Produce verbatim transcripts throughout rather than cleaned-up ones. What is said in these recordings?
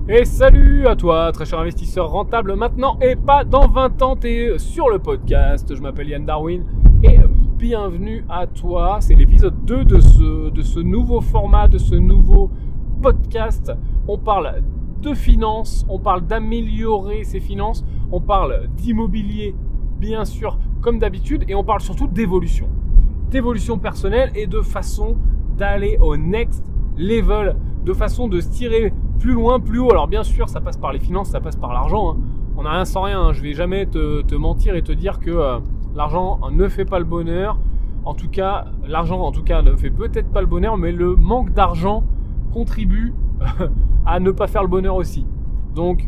Et salut à toi, très cher investisseur rentable maintenant et pas dans vingt ans, t'es sur le podcast. Je m'appelle Yann Darwin et bienvenue à toi. C'est l'épisode deux de ce, de ce nouveau format, de ce nouveau podcast. On parle de finances, on parle d'améliorer ses finances, on parle d'immobilier, bien sûr, comme d'habitude, et on parle surtout d'évolution. D'évolution personnelle et de façon d'aller au next level, de façon de se tirer plus loin, plus haut. Alors bien sûr, ça passe par les finances, ça passe par l'argent. Hein. On n'a rien sans rien. Hein. Je vais jamais te, te mentir et te dire que euh, l'argent ne fait pas le bonheur. En tout cas, l'argent en tout cas ne fait peut-être pas le bonheur, mais le manque d'argent contribue à ne pas faire le bonheur aussi. Donc,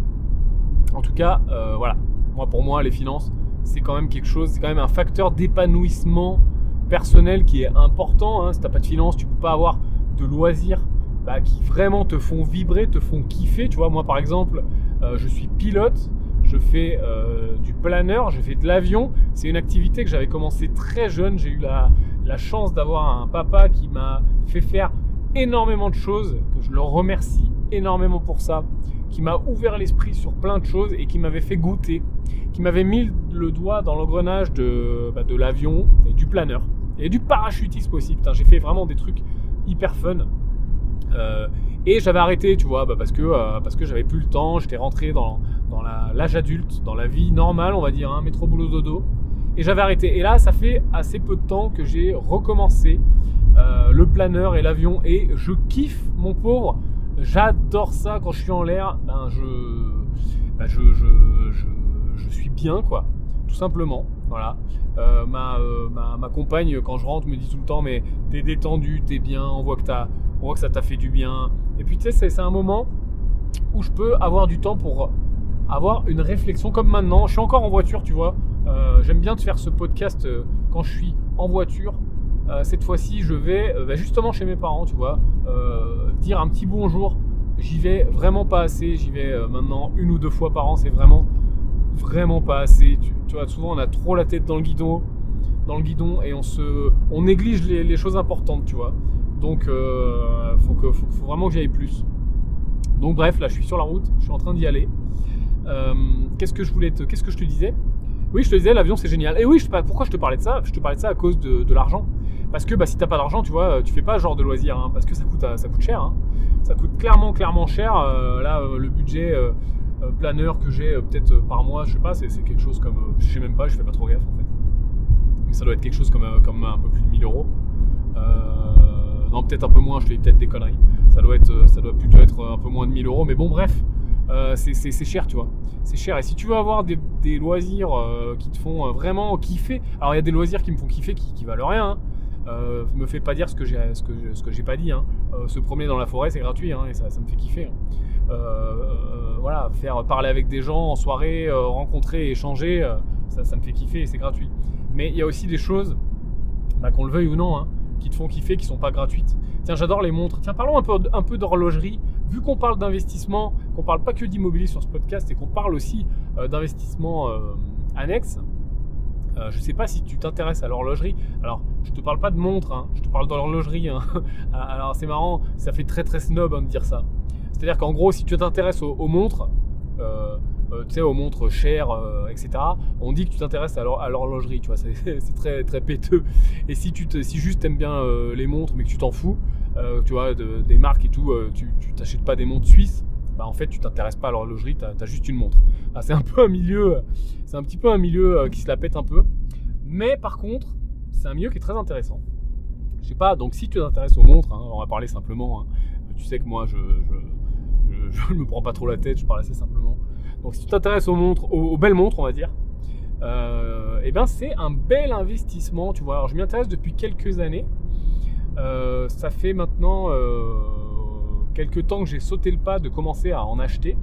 en tout cas, euh, voilà. Moi, pour moi, les finances, c'est quand même quelque chose, c'est quand même un facteur d'épanouissement personnel qui est important. Hein. Si t'as pas de finances, tu peux pas avoir de loisirs. Bah, qui vraiment te font vibrer, te font kiffer. Tu vois, moi par exemple, euh, je suis pilote, je fais euh, du planeur, je fais de l'avion. C'est une activité que j'avais commencé très jeune. J'ai eu la, la chance d'avoir un papa qui m'a fait faire énormément de choses, que je le remercie énormément pour ça, qui m'a ouvert l'esprit sur plein de choses et qui m'avait fait goûter, qui m'avait mis le doigt dans l'engrenage de, bah, de l'avion et du planeur et du parachutisme aussi. Putain, j'ai fait vraiment des trucs hyper fun. Euh, et j'avais arrêté, tu vois, bah parce que euh, parce que j'avais plus le temps. J'étais rentré dans dans la, l'âge adulte, dans la vie normale, on va dire, hein, métro boulot dodo, et j'avais arrêté. Et là, ça fait assez peu de temps que j'ai recommencé euh, le planeur et l'avion, et je kiffe, mon pauvre. J'adore ça quand je suis en l'air. Ben je, ben je, je, je, je suis bien, quoi, tout simplement. Voilà. Euh, ma, euh, ma ma compagne, quand je rentre, me dit tout le temps, mais t'es détendu, t'es bien, on voit que t'as On voit que ça t'a fait du bien. Et puis tu sais, c'est, c'est un moment où je peux avoir du temps pour avoir une réflexion comme maintenant. Je suis encore en voiture, tu vois. Euh, j'aime bien te faire ce podcast euh, quand je suis en voiture. Euh, cette fois-ci, je vais euh, bah, justement chez mes parents, tu vois, euh, dire un petit bonjour. J'y vais vraiment pas assez. J'y vais euh, maintenant une ou deux fois par an. C'est vraiment, vraiment pas assez. Tu, tu vois, souvent on a trop la tête dans le guidon, dans le guidon et on se, on néglige les, les choses importantes, tu vois. Donc, euh, faut, que, faut, faut vraiment que j'y aille plus. Donc, bref, là, je suis sur la route, je suis en train d'y aller. Euh, qu'est-ce que je voulais te, qu'est-ce que je te disais ? Oui, je te disais, l'avion, c'est génial. Et oui, je, pourquoi je te parlais de ça ? Je te parlais de ça à cause de, de l'argent. Parce que bah, si t'as pas d'argent, tu vois, tu fais pas ce genre de loisir, hein, parce que ça coûte, ça coûte cher. Hein. Ça coûte clairement, clairement cher. Euh, là, euh, le budget euh, euh, planeur que j'ai euh, peut-être euh, par mois, je sais pas, c'est, c'est quelque chose comme, euh, je sais même pas, je fais pas trop gaffe en fait. Mais ça doit être quelque chose comme, euh, comme un peu plus de mille euros. Euh, Non, peut-être un peu moins, je fais peut-être des conneries. Ça doit, être, ça doit plutôt être un peu moins de mille euros. Mais bon, bref, euh, c'est, c'est, c'est cher, tu vois. C'est cher. Et si tu veux avoir des, des loisirs euh, qui te font euh, vraiment kiffer... Alors, il y a des loisirs qui me font kiffer qui, qui valent rien. Hein. Euh, me fais pas dire ce que j'ai, ce que, ce que j'ai pas dit. Hein. Euh, se promener dans la forêt, c'est gratuit. Hein, et ça, ça me fait kiffer. Hein. Euh, euh, voilà, faire parler avec des gens en soirée, euh, rencontrer, échanger, euh, ça, ça me fait kiffer et c'est gratuit. Mais il y a aussi des choses, bah, qu'on le veuille ou non, hein, qui te font kiffer, qui sont pas gratuites. Tiens, j'adore les montres. Tiens, parlons un peu, un peu d'horlogerie. Vu qu'on parle d'investissement, qu'on parle pas que d'immobilier sur ce podcast et qu'on parle aussi euh, d'investissement euh, annexe, euh, je sais pas si tu t'intéresses à l'horlogerie. Alors, je te parle pas de montres, hein, je te parle d'horlogerie. Hein. Alors, c'est marrant, ça fait très très snob hein, de dire ça. C'est-à-dire qu'en gros, si tu t'intéresses aux, aux montres, euh, Euh, tu sais, aux montres chères, euh, et cetera. On dit que tu t'intéresses à, l'hor- à l'horlogerie, tu vois, c'est, c'est très, très péteux. Et si, tu te, si juste t'aimes bien euh, les montres, mais que tu t'en fous, euh, tu vois, de, des marques et tout, euh, tu, tu t'achètes pas des montres suisses, bah en fait, tu t'intéresses pas à l'horlogerie, t'as, t'as juste une montre. Ah, c'est un peu un milieu, c'est un petit peu un milieu euh, qui se la pète un peu. Mais par contre, c'est un milieu qui est très intéressant. Je sais pas, donc si tu t'intéresses aux montres, hein, on va parler simplement, hein, tu sais que moi, je, je, je, je me prends pas trop la tête, je parle assez simplement. Donc si tu t'intéresses aux montres, aux, aux belles montres, on va dire, euh, et ben c'est un bel investissement, tu vois. Alors je m'y intéresse depuis quelques années. Euh, ça fait maintenant euh, quelques temps que j'ai sauté le pas de commencer à en acheter.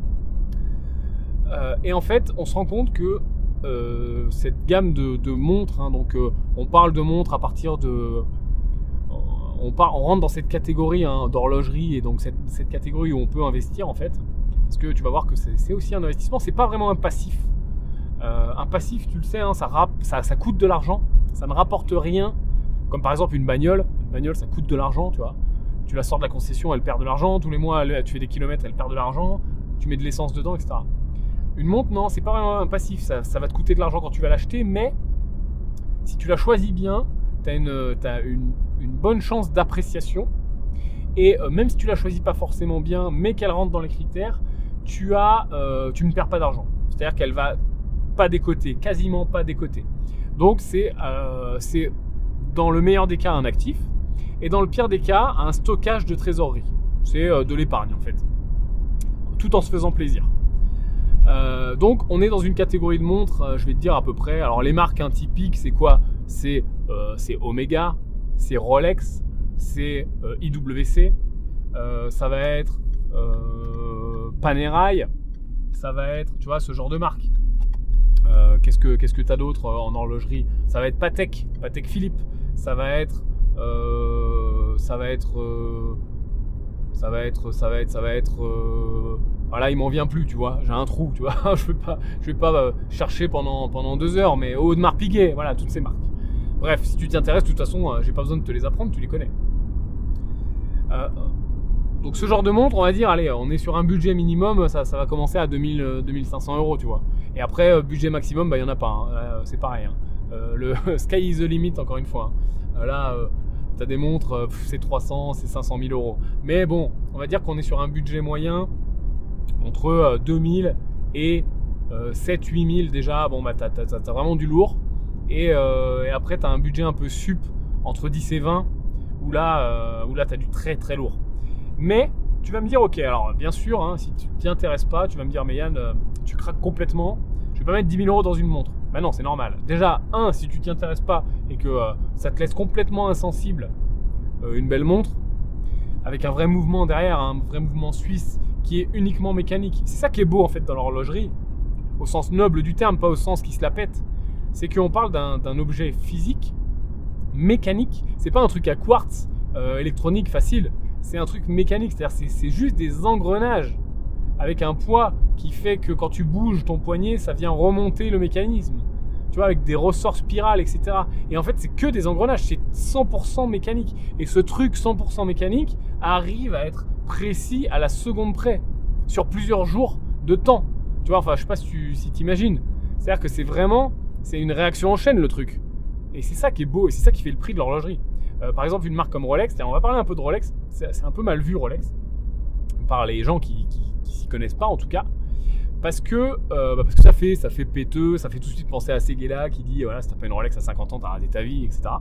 Euh, et en fait, on se rend compte que euh, cette gamme de, de montres, hein, donc euh, on parle de montres à partir de, on, part, on rentre dans cette catégorie hein, d'horlogerie et donc cette, cette catégorie où on peut investir en fait. Parce que tu vas voir que c'est, c'est aussi un investissement, c'est pas vraiment un passif. Euh, un passif, tu le sais, hein, ça, rap, ça, ça coûte de l'argent, ça ne rapporte rien. Comme par exemple une bagnole, une bagnole ça coûte de l'argent, tu vois. tu la sors de la concession, elle perd de l'argent. Tous les mois, elle, tu fais des kilomètres, elle perd de l'argent. Tu mets de l'essence dedans, et cetera. Une montre, non, c'est pas vraiment un passif. Ça, ça va te coûter de l'argent quand tu vas l'acheter, mais si tu la choisis bien, tu as une, t'as une, une bonne chance d'appréciation. Et euh, même si tu la choisis pas forcément bien, mais qu'elle rentre dans les critères, tu, as, euh, tu ne perds pas d'argent. C'est-à-dire qu'elle va pas décoter, quasiment pas décoter. Donc c'est, euh, c'est dans le meilleur des cas un actif, et dans le pire des cas un stockage de trésorerie. C'est euh, de l'épargne en fait, tout en se faisant plaisir. Euh, donc on est dans une catégorie de montres, euh, je vais te dire à peu près. Alors les marques hein, typiques, c'est quoi? C'est, euh, c'est Omega, c'est Rolex, c'est euh, I W C, euh, ça va être euh, Panerai, ça va être, tu vois, ce genre de marque. Euh, qu'est-ce que qu'est-ce que t'as d'autre en horlogerie? Ça va être Patek, Patek Philippe, ça va être, euh, ça va être, euh, ça va être, ça va être, ça va être. Euh, voilà, il m'en vient plus, tu vois. J'ai un trou, tu vois. je vais pas, je vais pas euh, chercher pendant pendant deux heures, mais Audemars Piguet, voilà, toutes ces marques. Bref, si tu t'y intéresses, de toute façon, euh, j'ai pas besoin de te les apprendre, tu les connais. Euh, donc ce genre de montre, on va dire, allez, on est sur un budget minimum, ça, ça va commencer à deux mille, deux mille cinq cents euros, tu vois. Et après, euh, budget maximum, bah il y en a pas. Hein. Là, c'est pareil. Hein. Euh, le sky is the limit, encore une fois. Hein. Là, euh, t'as des montres, euh, c'est trois cents, c'est cinq cent mille euros. Mais bon, on va dire qu'on est sur un budget moyen entre euh, deux mille et euh, sept huit mille déjà. Bon, bah t'as, t'as, t'as vraiment du lourd. Et, euh, et après, t'as un budget un peu sup entre dix et vingt, où là, euh, où là t'as du très très lourd. Mais tu vas me dire, ok, alors bien sûr, hein, si tu t'y intéresses pas, tu vas me dire, mais Yann, euh, tu craques complètement. Je vais pas mettre dix mille euros dans une montre. Ben non, c'est normal. Déjà, un, si tu t'y intéresses pas et que euh, ça te laisse complètement insensible, euh, une belle montre, avec un vrai mouvement derrière, un vrai mouvement suisse qui est uniquement mécanique. C'est ça qui est beau en fait dans l'horlogerie, au sens noble du terme, pas au sens qui se la pète. C'est qu'on parle d'un, d'un objet physique, mécanique. C'est pas un truc à quartz, euh, électronique, facile. C'est un truc mécanique, c'est-à-dire c'est, c'est juste des engrenages avec un poids qui fait que quand tu bouges ton poignet, ça vient remonter le mécanisme. Tu vois, avec des ressorts spirales, et cetera. Et en fait, c'est que des engrenages, c'est cent pour cent mécanique. Et ce truc cent pour cent mécanique arrive à être précis à la seconde près, sur plusieurs jours de temps. Tu vois, enfin, je sais pas si tu si t'imagines. C'est-à-dire que c'est vraiment, c'est une réaction en chaîne, le truc. Et c'est ça qui est beau, et c'est ça qui fait le prix de l'horlogerie. Euh, par exemple, une marque comme Rolex, on va parler un peu de Rolex, c'est, c'est un peu mal vu Rolex, par les gens qui, qui, qui s'y connaissent pas en tout cas, parce que, euh, bah parce que ça fait, ça fait péteux, ça fait tout de suite penser à Seguela qui dit, voilà, si t'as pas une Rolex à cinquante ans, t'as raté ta vie, et cetera.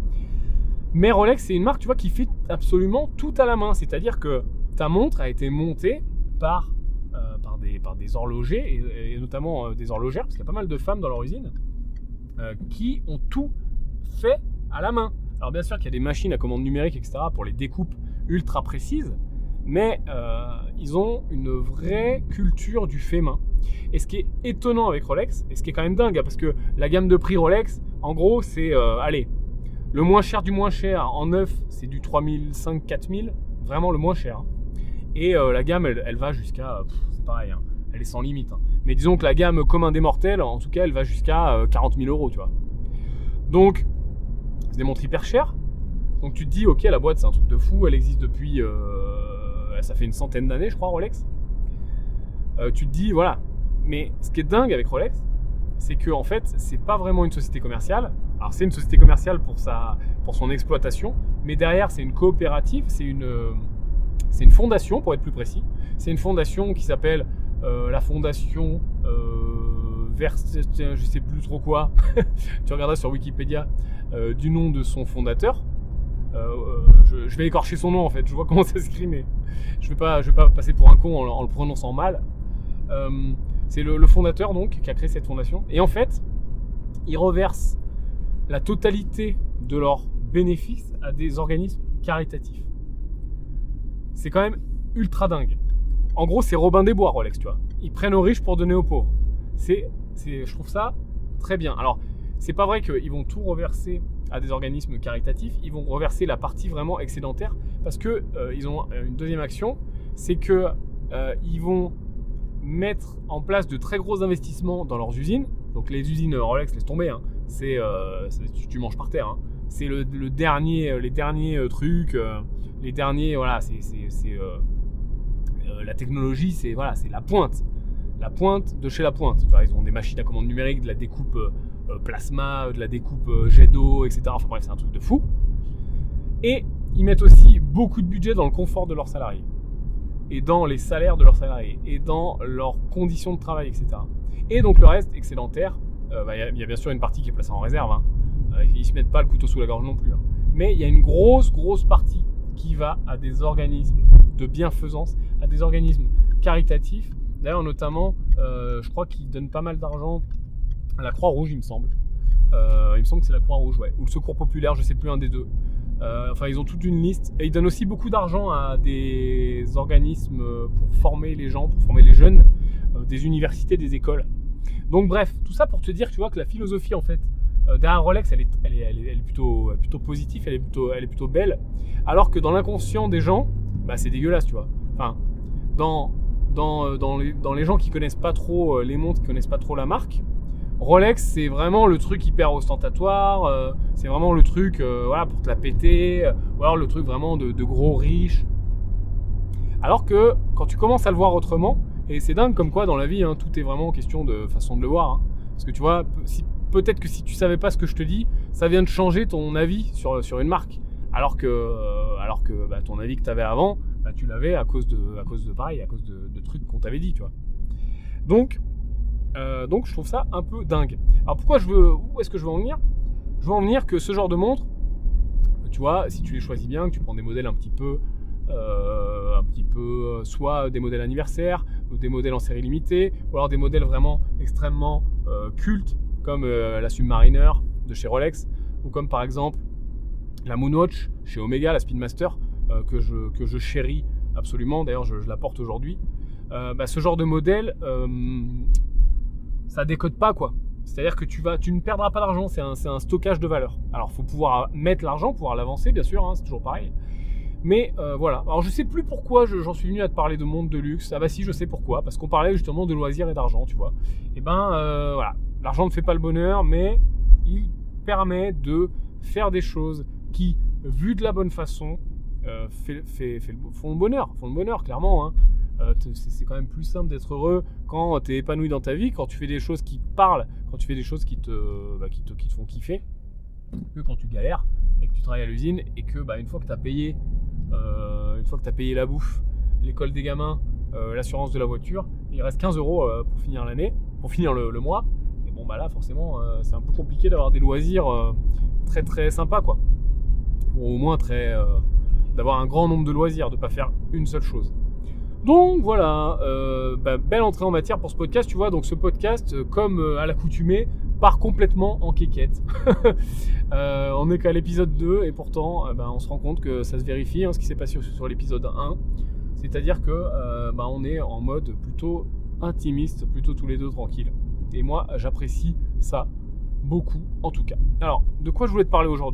Mais Rolex, c'est une marque, tu vois, qui fait absolument tout à la main, c'est-à-dire que ta montre a été montée par, euh, par, des, par des horlogers, et, et notamment euh, des horlogères, parce qu'il y a pas mal de femmes dans leur usine, euh, qui ont tout fait à la main. Alors bien sûr qu'il y a des machines à commande numérique, et cetera, pour les découpes ultra précises, mais euh, ils ont une vraie culture du fait main. Et ce qui est étonnant avec Rolex, et ce qui est quand même dingue, parce que la gamme de prix Rolex, en gros, c'est, euh, allez, le moins cher du moins cher, en neuf, c'est du trois mille cinq cents, quatre mille, vraiment le moins cher. Et euh, la gamme, elle, elle va jusqu'à, pff, c'est pareil, hein, elle est sans limite. Hein. Mais disons que la gamme commun des mortels, en tout cas, elle va jusqu'à euh, quarante mille euros, tu vois. Donc, c'est des montres hyper chères. Donc tu te dis, ok, la boîte, c'est un truc de fou, elle existe depuis... Euh, ça fait une centaine d'années, je crois, Rolex. Euh, tu te dis, voilà. Mais ce qui est dingue avec Rolex, c'est que en fait, c'est pas vraiment une société commerciale. Alors, c'est une société commerciale pour, sa, pour son exploitation, mais derrière, c'est une coopérative, c'est une, c'est une fondation, pour être plus précis. C'est une fondation qui s'appelle euh, la Fondation euh, Vers... Je sais plus trop quoi. Tu regarderas sur Wikipédia euh, du nom de son fondateur. Euh, je, je vais écorcher son nom en fait, je vois comment ça s'écrit, mais je vais pas, je vais pas passer pour un con en, en le prononçant mal. Euh, c'est le, le fondateur donc qui a créé cette fondation, et en fait, ils reversent la totalité de leurs bénéfices à des organismes caritatifs. C'est quand même ultra dingue. En gros, c'est Robin des Bois, Rolex, tu vois. Ils prennent aux riches pour donner aux pauvres. C'est, c'est, je trouve ça très bien. Alors, c'est pas vrai qu'ils vont tout reverser à des organismes caritatifs, ils vont reverser la partie vraiment excédentaire, parce que euh, ils ont une deuxième action, c'est que euh, ils vont mettre en place de très gros investissements dans leurs usines. Donc les usines Rolex, laisse tomber, hein. c'est, euh, c'est tu, tu manges par terre, hein. C'est le, le dernier, les derniers trucs, euh, les derniers, voilà, c'est, c'est, c'est euh, euh, la technologie, c'est, voilà, c'est la pointe. La pointe de chez la pointe. Tu vois, ils ont des machines à commande numérique, de la découpe euh, plasma, de la découpe euh, jet d'eau, et cetera. Enfin bref, c'est un truc de fou. Et ils mettent aussi beaucoup de budget dans le confort de leurs salariés. Et dans les salaires de leurs salariés. Et dans leurs conditions de travail, et cetera. Et donc le reste, excédentaire, il euh, bah, y, y a bien sûr une partie qui est placée en réserve. Hein. Euh, ils ne se mettent pas le couteau sous la gorge non plus. Hein. Mais il y a une grosse, grosse partie qui va à des organismes de bienfaisance, à des organismes caritatifs. D'ailleurs, notamment, euh, je crois qu'ils donnent pas mal d'argent à la Croix-Rouge, il me semble. Euh, il me semble que c'est la Croix-Rouge, ouais. Ou le Secours Populaire, je sais plus, un des deux. Euh, enfin, ils ont toute une liste. Et ils donnent aussi beaucoup d'argent à des organismes pour former les gens, pour former les jeunes, euh, des universités, des écoles. Donc bref, tout ça pour te dire, tu vois, que la philosophie, en fait, euh, derrière Rolex, elle est, elle est, elle est, elle est plutôt, plutôt positive, elle est plutôt, elle est plutôt belle. Alors que dans l'inconscient des gens, bah, c'est dégueulasse, tu vois. Enfin, dans... Dans, dans, les, dans les gens qui connaissent pas trop les montres, qui connaissent pas trop la marque, Rolex c'est vraiment le truc hyper ostentatoire, euh, c'est vraiment le truc euh, voilà, pour te la péter, euh, ou alors le truc vraiment de, de gros riches. Alors que quand tu commences à le voir autrement, et c'est dingue comme quoi dans la vie, hein, tout est vraiment question de façon de le voir. Hein, parce que tu vois, si, peut-être que si tu savais pas ce que je te dis, ça vient de changer ton avis sur, sur une marque. Alors que, euh, alors que bah, ton avis que tu avais avant, bah, tu l'avais à cause de, à cause de pareil, à cause de, de trucs qu'on t'avait dit, tu vois. Donc, euh, donc, je trouve ça un peu dingue. Alors, pourquoi je veux, où est-ce que je veux en venir ? Je veux en venir que ce genre de montre, tu vois, si tu les choisis bien, que tu prends des modèles un petit peu, euh, un petit peu, soit des modèles anniversaires, ou des modèles en série limitée, ou alors des modèles vraiment extrêmement euh, cultes, comme euh, la Submariner de chez Rolex, ou comme par exemple la Moonwatch chez Omega, la Speedmaster, euh, que, je, que je chéris absolument, d'ailleurs je, je la porte aujourd'hui. Euh, bah, ce genre de modèle, euh, ça décode pas quoi. C'est-à-dire que tu, vas, tu ne perdras pas d'argent, c'est un, c'est un stockage de valeur. Alors il faut pouvoir mettre l'argent, pouvoir l'avancer bien sûr, hein, c'est toujours pareil. Mais euh, voilà, alors je sais plus pourquoi je, j'en suis venu à te parler de montres de luxe. Ah bah si, je sais pourquoi, parce qu'on parlait justement de loisirs et d'argent, tu vois. Et ben euh, voilà, l'argent ne fait pas le bonheur, mais il permet de faire des choses qui, vu de la bonne façon, euh, fait, fait, fait le, font le bonheur, font le bonheur, clairement. Hein. Euh, c'est, c'est quand même plus simple d'être heureux quand tu es épanoui dans ta vie, quand tu fais des choses qui te parlent, quand tu fais des choses qui te, bah, qui te, qui te font kiffer, que quand tu galères et que tu travailles à l'usine et que bah, une fois que tu as payé, euh, une fois que tu as payé la bouffe, l'école des gamins, euh, l'assurance de la voiture, il reste quinze euros euh, pour finir l'année, pour finir le, le mois. Et bon bah là forcément euh, c'est un peu compliqué d'avoir des loisirs euh, très très sympas quoi. Ou au moins très, euh, d'avoir un grand nombre de loisirs, de ne pas faire une seule chose. Donc voilà, euh, bah, belle entrée en matière pour ce podcast, tu vois. Donc ce podcast, euh, comme euh, à l'accoutumée, part complètement en quéquette. euh, on n'est qu'à l'épisode deux et pourtant, euh, bah, on se rend compte que ça se vérifie, hein, ce qui s'est passé sur, sur l'épisode un. C'est-à-dire que euh, bah, on est en mode plutôt intimiste, plutôt tous les deux tranquilles. Et moi, j'apprécie ça beaucoup, en tout cas. Alors, de quoi je voulais te parler aujourd'hui ?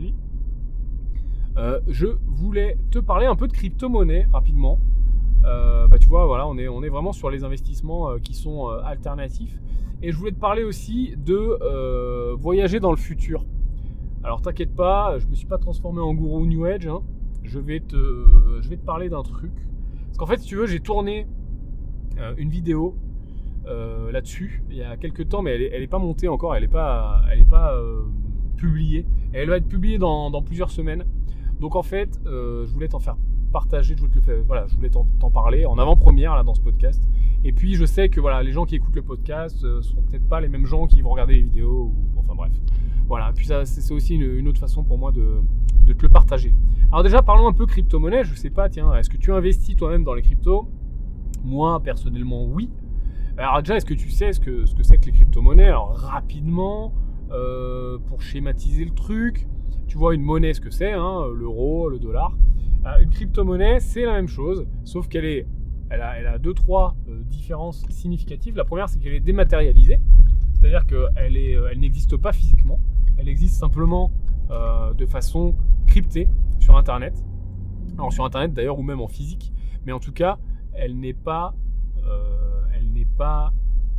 Euh, je voulais te parler un peu de crypto-monnaie rapidement. Euh, bah tu vois, voilà, on est, on est vraiment sur les investissements euh, qui sont euh, alternatifs. Et je voulais te parler aussi de euh, voyager dans le futur. Alors t'inquiète pas, je me suis pas transformé en gourou New Age. Hein. Je vais te, euh, je vais te parler d'un truc. Parce qu'en fait, si tu veux, j'ai tourné euh, une vidéo euh, là-dessus il y a quelques temps, mais elle est, elle est pas montée encore, elle est pas, elle est pas euh, publiée. Et elle va être publiée dans, dans plusieurs semaines. Donc en fait, euh, je voulais t'en faire partager, je voulais te le faire, voilà, je voulais t'en, t'en parler en avant-première là dans ce podcast. Et puis je sais que voilà, les gens qui écoutent le podcast euh, seront peut-être pas les mêmes gens qui vont regarder les vidéos. Ou, enfin bref, voilà. Puis ça, c'est, c'est aussi une, une autre façon pour moi de, de te le partager. Alors déjà, parlons un peu crypto-monnaie. Je sais pas, tiens, est-ce que tu investis toi-même dans les cryptos ? Moi, personnellement, oui. Alors déjà, est-ce que tu sais ce que, ce que c'est que les crypto-monnaies ? Alors rapidement, euh, pour schématiser le truc. Tu vois une monnaie, ce que c'est, hein, l'euro, le dollar. Euh, une crypto-monnaie, c'est la même chose, sauf qu'elle est, elle a, elle a deux, trois euh, différences significatives. La première, c'est qu'elle est dématérialisée, c'est-à-dire qu'elle est, elle n'existe pas physiquement, elle existe simplement euh, de façon cryptée sur Internet. Alors sur Internet d'ailleurs, ou même en physique, mais en tout cas, elle n'est pas, euh, elle n'est pas,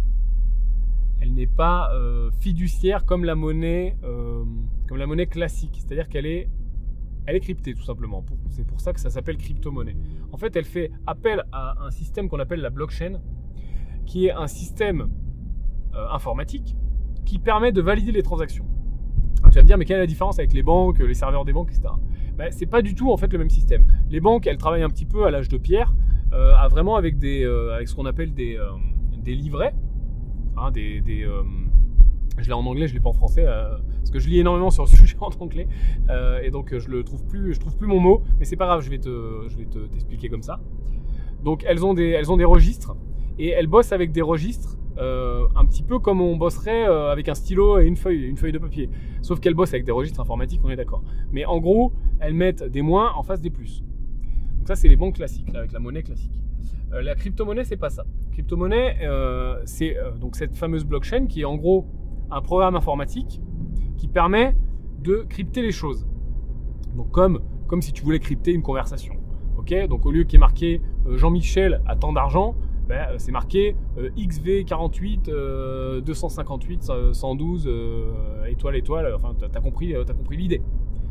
elle n'est pas euh, fiduciaire comme la monnaie, euh, comme la monnaie classique. C'est-à-dire qu'elle est Elle est cryptée tout simplement. C'est pour ça que ça s'appelle crypto-monnaie. En fait, elle fait appel à un système qu'on appelle la blockchain, qui est un système euh, informatique qui permet de valider les transactions. Alors, tu vas me dire, mais quelle est la différence avec les banques, les serveurs des banques, et cetera. Ben, c'est pas du tout en fait le même système. Les banques, elles travaillent un petit peu à l'âge de pierre, euh, à vraiment avec des, euh, avec ce qu'on appelle des, euh, des livrets, hein, des, des euh, je l'ai en anglais, je l'ai pas en français, euh, parce que je lis énormément sur le sujet en anglais, euh, et donc je le trouve plus, je trouve plus mon mot, mais c'est pas grave, je vais te, je vais te t'expliquer comme ça. Donc elles ont des, elles ont des registres, et elles bossent avec des registres. Euh, un petit peu comme on bosserait euh, avec un stylo et une feuille, une feuille de papier. Sauf qu'elles bossent avec des registres informatiques, on est d'accord. Mais en gros, elles mettent des moins en face des plus. Donc ça, c'est les banques classiques, là, avec la monnaie classique. Euh, la crypto-monnaie, c'est pas ça. Crypto-monnaie, euh, c'est euh, donc cette fameuse blockchain qui est en gros un programme informatique qui permet de crypter les choses. Donc comme, comme si tu voulais crypter une conversation. Okay, donc au lieu qu'il y ait marqué euh, Jean-Michel a tant d'argent, ben, c'est marqué euh, X V quarante-huit, euh, deux cent cinquante-huit, cent douze, euh, étoile, étoile, enfin tu as compris, t'as compris l'idée.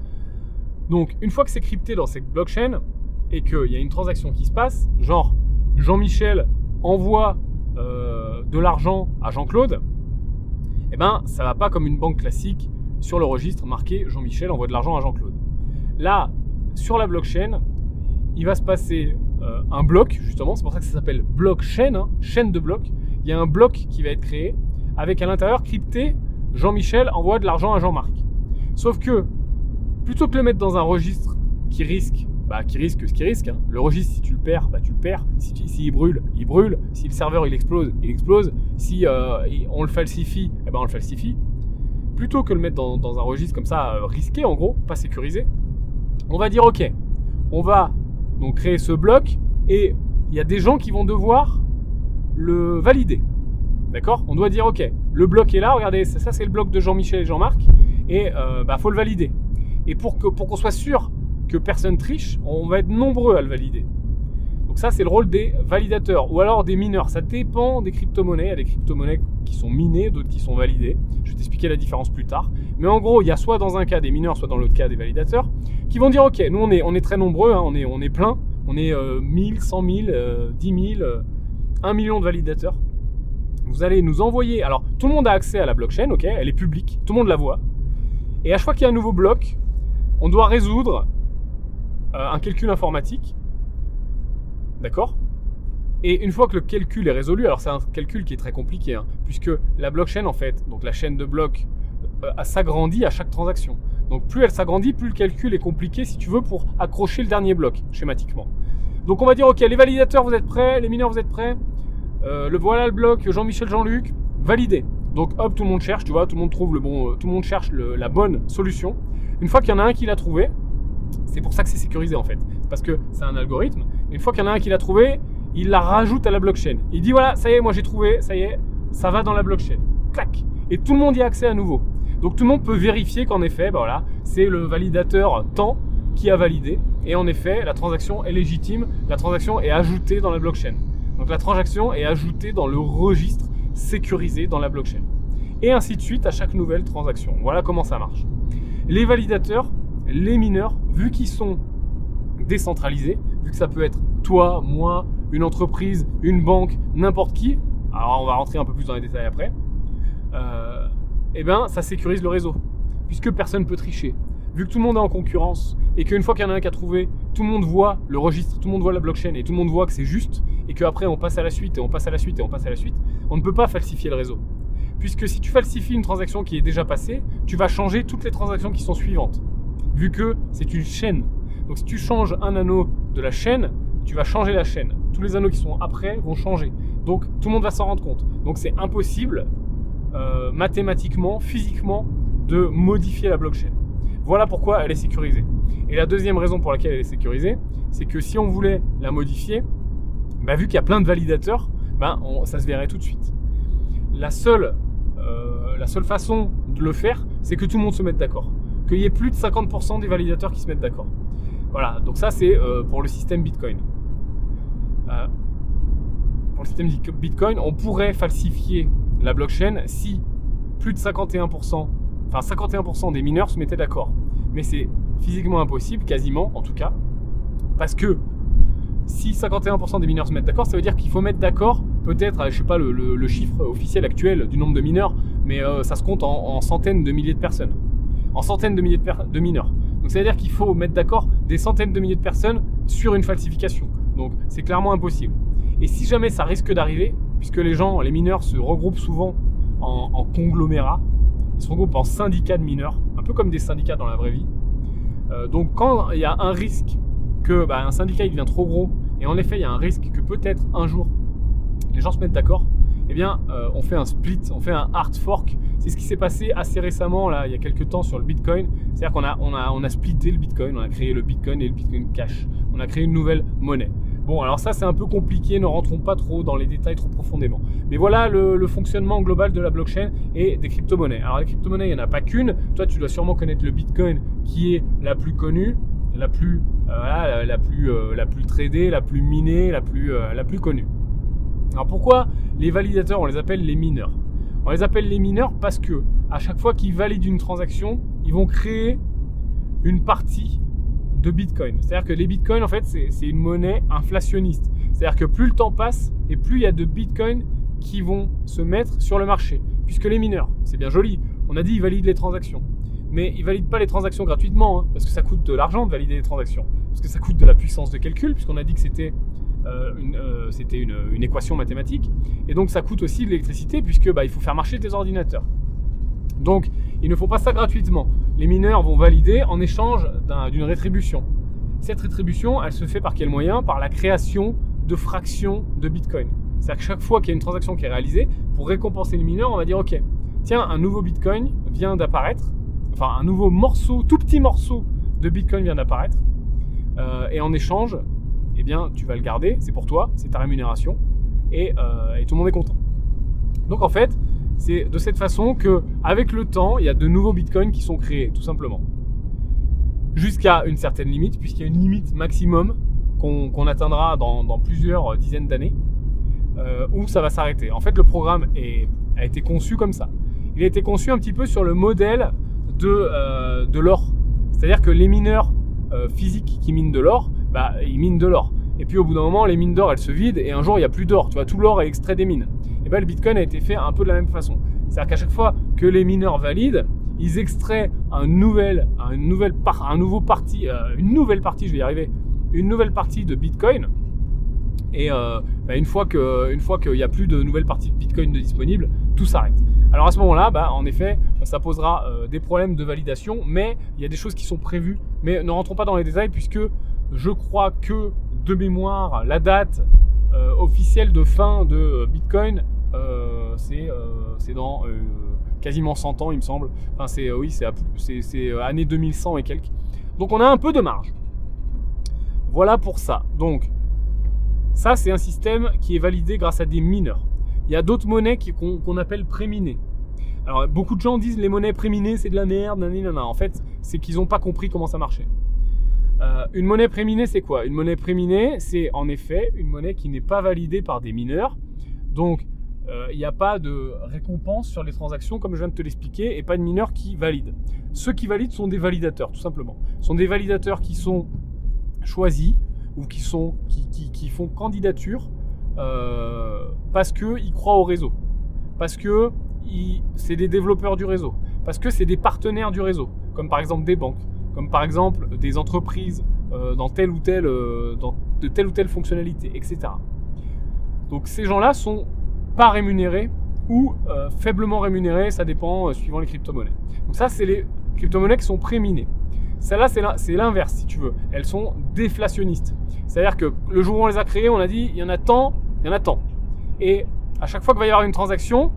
Donc une fois que c'est crypté dans cette blockchain et qu'il y a une transaction qui se passe, genre Jean-Michel envoie euh, de l'argent à Jean-Claude, eh ben ça va pas comme une banque classique sur le registre marqué Jean-Michel envoie de l'argent à Jean-Claude. Là, sur la blockchain, il va se passer euh, un bloc, justement, c'est pour ça que ça s'appelle blockchain, hein, chaîne de blocs. Il y a un bloc qui va être créé avec à l'intérieur crypté Jean-Michel envoie de l'argent à Jean-Marc. Sauf que plutôt que le mettre dans un registre qui risque, bah, qui risque ce qu'il risque, hein, le registre, si tu le perds, bah, tu le perds. Si, tu, si il brûle, il brûle. Si le serveur il explose, il explose. Si euh, on le falsifie, eh ben, on le falsifie. Plutôt que le mettre dans, dans un registre comme ça, euh, risqué en gros, pas sécurisé, on va dire ok, on va donc créer ce bloc et il y a des gens qui vont devoir le valider. D'accord ? On doit dire ok, le bloc est là, regardez, ça, ça c'est le bloc de Jean-Michel et Jean-Marc et euh, bah faut le valider. Et pour que pour qu'on soit sûr que personne triche, on va être nombreux à le valider. Donc ça c'est le rôle des validateurs ou alors des mineurs. Ça dépend des crypto-monnaies. Il y a des crypto-monnaies qui sont minées, d'autres qui sont validées. Je vais t'expliquer la différence plus tard. Mais en gros, il y a soit dans un cas des mineurs, soit dans l'autre cas des validateurs qui vont dire ok, nous on est, on est très nombreux, hein, on, est, on est plein, on est euh, mille, cent mille, euh, dix mille, euh, un million de validateurs. Vous allez nous envoyer, alors tout le monde a accès à la blockchain, ok, elle est publique, tout le monde la voit. Et à chaque fois qu'il y a un nouveau bloc, on doit résoudre euh, un calcul informatique. D'accord ? Et une fois que le calcul est résolu, alors c'est un calcul qui est très compliqué, hein, puisque la blockchain en fait, donc la chaîne de blocs, euh, s'agrandit à chaque transaction. Donc plus elle s'agrandit, plus le calcul est compliqué si tu veux pour accrocher le dernier bloc, schématiquement. Donc on va dire ok, les validateurs vous êtes prêts, les mineurs vous êtes prêts, euh, le voilà le bloc Jean-Michel, Jean-Luc, validé. Donc hop, tout le monde cherche, tu vois, tout le monde trouve le bon, euh, tout le monde cherche le, la bonne solution. Une fois qu'il y en a un qui l'a trouvé, c'est pour ça que c'est sécurisé en fait. C'est parce que c'est un algorithme. Une fois qu'il y en a un qui l'a trouvé, il la rajoute à la blockchain. Il dit voilà, ça y est, moi j'ai trouvé, ça y est, ça va dans la blockchain. Clac. Et tout le monde y a accès à nouveau. Donc tout le monde peut vérifier qu'en effet, bah voilà, c'est le validateur temps qui a validé. Et en effet, la transaction est légitime, la transaction est ajoutée dans la blockchain. Donc la transaction est ajoutée dans le registre sécurisé dans la blockchain. Et ainsi de suite à chaque nouvelle transaction. Voilà comment ça marche. Les validateurs, les mineurs, vu qu'ils sont décentralisés, vu que ça peut être toi, moi, une entreprise, une banque, n'importe qui, alors on va rentrer un peu plus dans les détails après, euh, eh ben ça sécurise le réseau, puisque personne ne peut tricher. Vu que tout le monde est en concurrence, et qu'une fois qu'il y en a un qui a trouvé, tout le monde voit le registre, tout le monde voit la blockchain, et tout le monde voit que c'est juste, et qu'après on passe à la suite, et on passe à la suite, et on passe à la suite, on ne peut pas falsifier le réseau. Puisque si tu falsifies une transaction qui est déjà passée, tu vas changer toutes les transactions qui sont suivantes, vu que c'est une chaîne. Donc si tu changes un anneau de la chaîne, tu vas changer la chaîne. Tous les anneaux qui sont après vont changer. Donc tout le monde va s'en rendre compte. Donc c'est impossible, euh, mathématiquement, physiquement, de modifier la blockchain. Voilà pourquoi elle est sécurisée. Et la deuxième raison pour laquelle elle est sécurisée, c'est que si on voulait la modifier, bah, vu qu'il y a plein de validateurs, bah, on, ça se verrait tout de suite. La seule, euh, la seule façon de le faire, c'est que tout le monde se mette d'accord. Qu'il y ait plus de cinquante pour cent des validateurs qui se mettent d'accord. Voilà, donc ça c'est euh, pour le système Bitcoin. Euh, pour le système Bitcoin, on pourrait falsifier la blockchain si plus de cinquante et un pour cent, enfin cinquante et un pour cent des mineurs se mettaient d'accord. Mais c'est physiquement impossible, quasiment en tout cas, parce que si cinquante et un pour cent des mineurs se mettent d'accord, ça veut dire qu'il faut mettre d'accord peut-être, je sais pas le, le, le chiffre officiel actuel du nombre de mineurs, mais euh, ça se compte en, en centaines de milliers de personnes, en centaines de milliers de, per- de mineurs. Donc ça veut dire qu'il faut mettre d'accord des centaines de milliers de personnes sur une falsification. Donc c'est clairement impossible. Et si jamais ça risque d'arriver, puisque les gens, les mineurs se regroupent souvent en, en conglomérats, ils se regroupent en syndicats de mineurs, un peu comme des syndicats dans la vraie vie. Euh, donc quand il y a un risque que bah, un syndicat il devient trop gros, et en effet il y a un risque que peut-être un jour les gens se mettent d'accord, eh bien euh, on fait un split, on fait un hard fork. C'est ce qui s'est passé assez récemment là, il y a quelques temps sur le Bitcoin. C'est-à-dire qu'on a, on a, on a splitté le Bitcoin, on a créé le Bitcoin et le Bitcoin Cash. On a créé une nouvelle monnaie. Bon, alors ça c'est un peu compliqué, ne rentrons pas trop dans les détails trop profondément. Mais voilà le, le fonctionnement global de la blockchain et des crypto-monnaies. Alors les crypto-monnaies, il n'y en a pas qu'une. Toi tu dois sûrement connaître le Bitcoin qui est la plus connue, la plus, euh, voilà, la, la plus, euh, la plus tradée, la plus minée, la plus, euh, la plus connue. Alors pourquoi les validateurs, on les appelle les mineurs? On les appelle les mineurs parce que à chaque fois qu'ils valident une transaction, ils vont créer une partie de Bitcoin. C'est-à-dire que les Bitcoins, en fait, c'est, c'est une monnaie inflationniste. C'est-à-dire que plus le temps passe et plus il y a de Bitcoin qui vont se mettre sur le marché. Puisque les mineurs, c'est bien joli, on a dit ils valident les transactions. Mais ils ne valident pas les transactions gratuitement, hein, parce que ça coûte de l'argent de valider les transactions. Parce que ça coûte de la puissance de calcul, puisqu'on a dit que c'était Euh, une, euh, c'était une, une équation mathématique, et donc ça coûte aussi de l'électricité puisque bah, il faut faire marcher des ordinateurs. Donc ils ne font pas ça gratuitement. Les mineurs vont valider en échange d'un, d'une rétribution. Cette rétribution, elle se fait par quel moyen? Par la création de fractions de Bitcoin. C'est-à-dire que chaque fois qu'il y a une transaction qui est réalisée, pour récompenser le mineur, on va dire ok, tiens, un nouveau Bitcoin vient d'apparaître, enfin un nouveau morceau, tout petit morceau de Bitcoin vient d'apparaître, euh, et en échange, eh bien, tu vas le garder, c'est pour toi, c'est ta rémunération, et, euh, et tout le monde est content. Donc en fait, c'est de cette façon que, avec le temps, il y a de nouveaux bitcoins qui sont créés, tout simplement. Jusqu'à une certaine limite, puisqu'il y a une limite maximum qu'on, qu'on atteindra dans, dans plusieurs dizaines d'années, euh, où ça va s'arrêter. En fait, le programme est, a été conçu comme ça. Il a été conçu un petit peu sur le modèle de, euh, de l'or. C'est-à-dire que les mineurs euh, physiques qui minent de l'or, bah, ils minent de l'or. Et puis au bout d'un moment, les mines d'or, elles se vident et un jour, il n'y a plus d'or. Tu vois, tout l'or est extrait des mines. Et bien, le Bitcoin a été fait un peu de la même façon. C'est-à-dire qu'à chaque fois que les mineurs valident, ils extraient un nouvel, un nouvel par, un nouveau parti, euh, une nouvelle partie, je vais y arriver, une nouvelle partie de Bitcoin. Et euh, bah, une fois que, une fois qu'il n'y a plus de nouvelles parties de Bitcoin de disponibles, tout s'arrête. Alors à ce moment-là, bah, en effet, ça posera euh, des problèmes de validation, mais il y a des choses qui sont prévues. Mais ne rentrons pas dans les détails puisque je crois que, de mémoire, la date euh, officielle de fin de Bitcoin, euh, c'est, euh, c'est dans euh, quasiment cent ans, il me semble. Enfin, c'est, euh, oui, c'est, c'est, c'est euh, année deux mille cent et quelques. Donc, on a un peu de marge. Voilà pour ça. Donc, ça, c'est un système qui est validé grâce à des mineurs. Il y a d'autres monnaies qui, qu'on, qu'on appelle préminées. Alors, beaucoup de gens disent les monnaies préminées, c'est de la merde, nanana. En fait, c'est qu'ils n'ont pas compris comment ça marchait. Euh, une monnaie préminée, c'est quoi? Une monnaie préminée, c'est en effet une monnaie qui n'est pas validée par des mineurs. Donc, il euh, n'y a pas de récompense sur les transactions, comme je viens de te l'expliquer, et pas de mineurs qui valident. Ceux qui valident sont des validateurs, tout simplement. Ce sont des validateurs qui sont choisis ou qui, sont, qui, qui, qui font candidature euh, parce qu'ils croient au réseau, parce que ils, c'est des développeurs du réseau, parce que c'est des partenaires du réseau, comme par exemple des banques, comme par exemple des entreprises euh, dans, telle ou telle, euh, dans de telle ou telle fonctionnalité, et cetera. Donc ces gens-là sont pas rémunérés ou euh, faiblement rémunérés, ça dépend euh, suivant les crypto-monnaies. Donc ça, c'est les crypto-monnaies qui sont préminées. Celles-là, c'est, la, c'est l'inverse, si tu veux. Elles sont déflationnistes. C'est-à-dire que le jour où on les a créées, on a dit, il y en a tant, il y en a tant. Et à chaque fois qu'il va y avoir une transaction,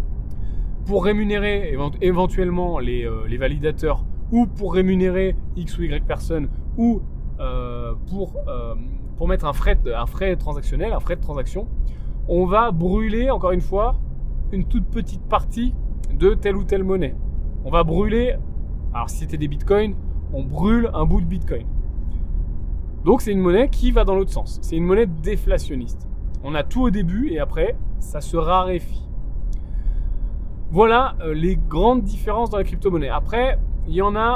pour rémunérer éventuellement les, euh, les validateurs, ou pour rémunérer X ou Y personnes, ou euh, pour, euh, pour mettre un frais, un frais transactionnel, un frais de transaction, on va brûler, encore une fois, une toute petite partie de telle ou telle monnaie. On va brûler, alors si c'était des bitcoins, on brûle un bout de bitcoin. Donc c'est une monnaie qui va dans l'autre sens. C'est une monnaie déflationniste. On a tout au début et après, ça se raréfie. Voilà euh, les grandes différences dans les crypto-monnaies. Après, il y en a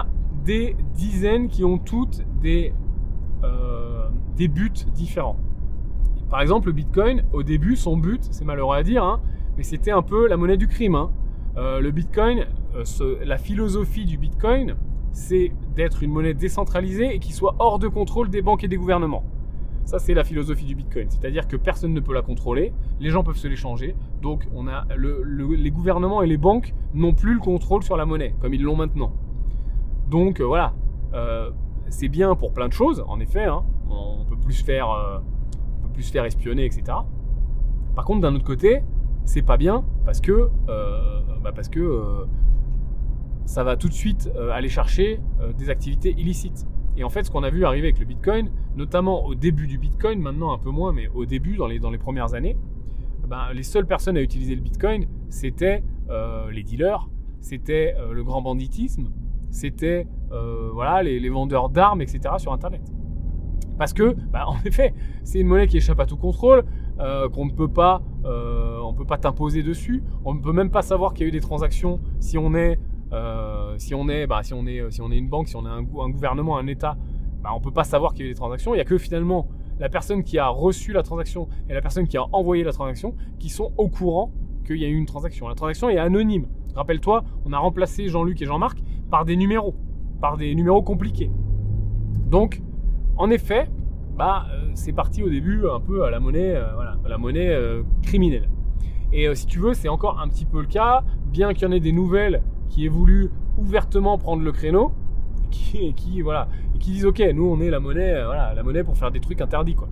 des dizaines qui ont toutes des, euh, des buts différents. Par exemple, le Bitcoin, au début, son but, c'est malheureux à dire, hein, mais c'était un peu la monnaie du crime. Hein. Euh, le Bitcoin, euh, ce, la philosophie du Bitcoin, c'est d'être une monnaie décentralisée et qui soit hors de contrôle des banques et des gouvernements. Ça, c'est la philosophie du Bitcoin. C'est-à-dire que personne ne peut la contrôler, les gens peuvent se l'échanger, donc on a le, le, les gouvernements et les banques n'ont plus le contrôle sur la monnaie, comme ils l'ont maintenant. Donc euh, voilà, euh, c'est bien pour plein de choses, en effet, hein. on peut plus se faire, euh, on peut plus se faire espionner, et cetera. Par contre, d'un autre côté, c'est pas bien parce que, euh, bah parce que euh, ça va tout de suite euh, aller chercher euh, des activités illicites. Et en fait, ce qu'on a vu arriver avec le Bitcoin, notamment au début du Bitcoin, maintenant un peu moins, mais au début, dans les, dans les premières années, ben, les seules personnes à utiliser le Bitcoin, c'était euh, les dealers, c'était euh, le grand banditisme, c'était euh, voilà, les, les vendeurs d'armes, et cetera sur Internet. Parce que, ben, en effet, c'est une monnaie qui échappe à tout contrôle, euh, qu'on ne peut pas, euh, on peut pas t'imposer dessus, on ne peut même pas savoir qu'il y a eu des transactions si on est... Euh, si on est, bah, si on est, si on est une banque, si on est un, un gouvernement, un État, bah, on peut pas savoir qu'il y a eu des transactions. Il y a que finalement la personne qui a reçu la transaction et la personne qui a envoyé la transaction qui sont au courant qu'il y a eu une transaction. La transaction est anonyme. Rappelle-toi, on a remplacé Jean-Luc et Jean-Marc par des numéros, par des numéros compliqués. Donc, en effet, bah, euh, c'est parti au début un peu à la monnaie, euh, voilà, à la monnaie euh, criminelle. Et euh, si tu veux, c'est encore un petit peu le cas, bien qu'il y en ait des nouvelles qui aient voulu ouvertement prendre le créneau, qui, qui, voilà, et qui disent ok, nous on est la monnaie, euh, voilà, la monnaie pour faire des trucs interdits, quoi.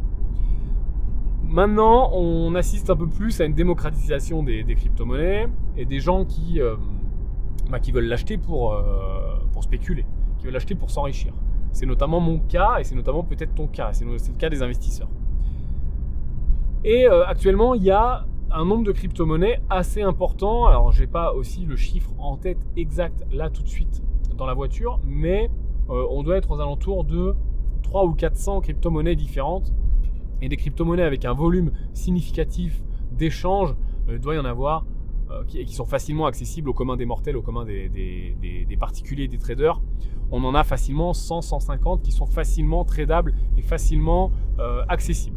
Maintenant, on assiste un peu plus à une démocratisation des, des crypto-monnaies et des gens qui, euh, bah, qui veulent l'acheter pour, euh, pour spéculer, qui veulent l'acheter pour s'enrichir. C'est notamment mon cas et c'est notamment peut-être ton cas, c'est le, c'est le cas des investisseurs. Et euh, actuellement, il y a un nombre de crypto-monnaies assez important. Alors, j'ai pas aussi le chiffre en tête exact là tout de suite dans la voiture, mais euh, on doit être aux alentours de trois ou quatre cents crypto-monnaies différentes. Et des crypto-monnaies avec un volume significatif d'échanges, il euh, doit y en avoir euh, qui, qui sont facilement accessibles au commun des mortels, au commun des, des, des, des particuliers, des traders. On en a facilement cent, cent cinquante qui sont facilement tradables et facilement euh, accessibles.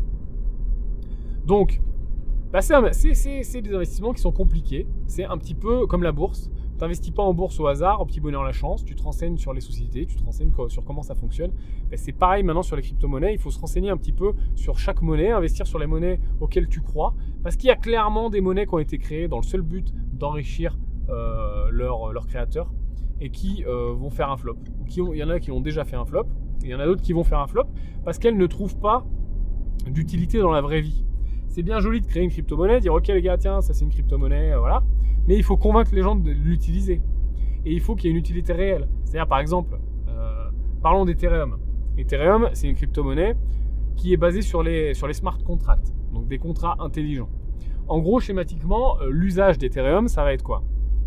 Donc, bah c'est, c'est, c'est, c'est des investissements qui sont compliqués. C'est un petit peu comme la bourse. Tu n'investis pas en bourse au hasard, au petit bonheur la chance. Tu te renseignes sur les sociétés, tu te renseignes sur comment ça fonctionne. Bah c'est pareil maintenant sur les crypto-monnaies. Il faut se renseigner un petit peu sur chaque monnaie, investir sur les monnaies auxquelles tu crois. Parce qu'il y a clairement des monnaies qui ont été créées dans le seul but d'enrichir euh, leurs leur créateurs et qui euh, vont faire un flop. Qui ont, il y en a qui ont déjà fait un flop et il y en a d'autres qui vont faire un flop parce qu'elles ne trouvent pas d'utilité dans la vraie vie. C'est bien joli de créer une crypto-monnaie, dire ok les gars, tiens, ça c'est une crypto-monnaie, euh, voilà. Mais il faut convaincre les gens de l'utiliser. Et il faut qu'il y ait une utilité réelle. C'est-à-dire par exemple, euh, parlons d'Ethereum. Ethereum, c'est une crypto-monnaie qui est basée sur les, sur les smart contracts, donc des contrats intelligents. En gros, schématiquement, euh, l'usage d'Ethereum, ça va être quoi ?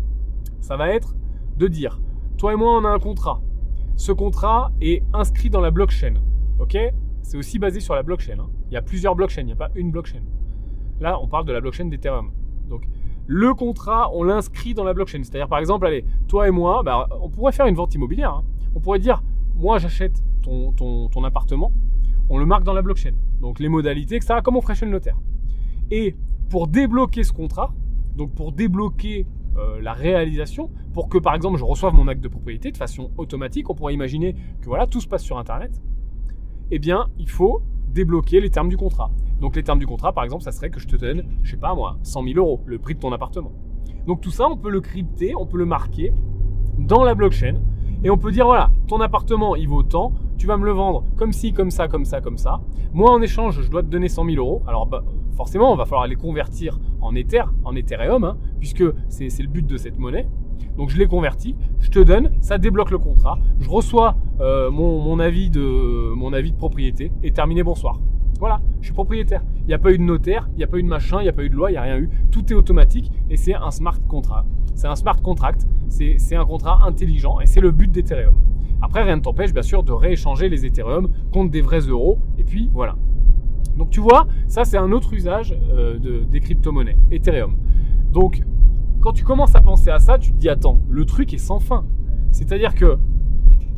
Ça va être de dire, toi et moi on a un contrat. Ce contrat est inscrit dans la blockchain, ok ? C'est aussi basé sur la blockchain. Hein. Il y a plusieurs blockchains, il n'y a pas une blockchain. Là, on parle de la blockchain d'Ethereum. Donc, le contrat, on l'inscrit dans la blockchain. C'est-à-dire, par exemple, allez, toi et moi, bah, on pourrait faire une vente immobilière. Hein. On pourrait dire, moi, j'achète ton, ton, ton appartement, on le marque dans la blockchain. Donc, les modalités, et cetera, comme on ferait chez le notaire. Et pour débloquer ce contrat, donc pour débloquer euh, la réalisation, pour que, par exemple, je reçoive mon acte de propriété de façon automatique, on pourrait imaginer que voilà, tout se passe sur Internet. Eh bien, il faut débloquer les termes du contrat. Donc, les termes du contrat, par exemple, ça serait que je te donne, je sais pas moi, cent mille euros, le prix de ton appartement. Donc, tout ça, on peut le crypter, on peut le marquer dans la blockchain et on peut dire, voilà, ton appartement, il vaut tant, tu vas me le vendre comme ci, comme ça, comme ça, comme ça. Moi, en échange, je dois te donner cent mille euros. Alors, bah, forcément, on va falloir les convertir en Ether, en Ethereum, hein, puisque c'est, c'est le but de cette monnaie. Donc je les convertis, je te donne, ça débloque le contrat, je reçois euh, mon, mon, avis de, mon avis de propriété et terminé, bonsoir. Voilà, je suis propriétaire. Il n'y a pas eu de notaire, il n'y a pas eu de machin, il n'y a pas eu de loi, il n'y a rien eu. Tout est automatique et c'est un smart contract. C'est un smart contract, c'est, c'est un contrat intelligent et c'est le but d'Ethereum. Après, rien ne t'empêche bien sûr de rééchanger les Ethereum contre des vrais euros et puis voilà. Donc tu vois, ça c'est un autre usage euh, de, des crypto-monnaies, Ethereum. Donc, quand tu commences à penser à ça, tu te dis attends, le truc est sans fin. C'est-à-dire que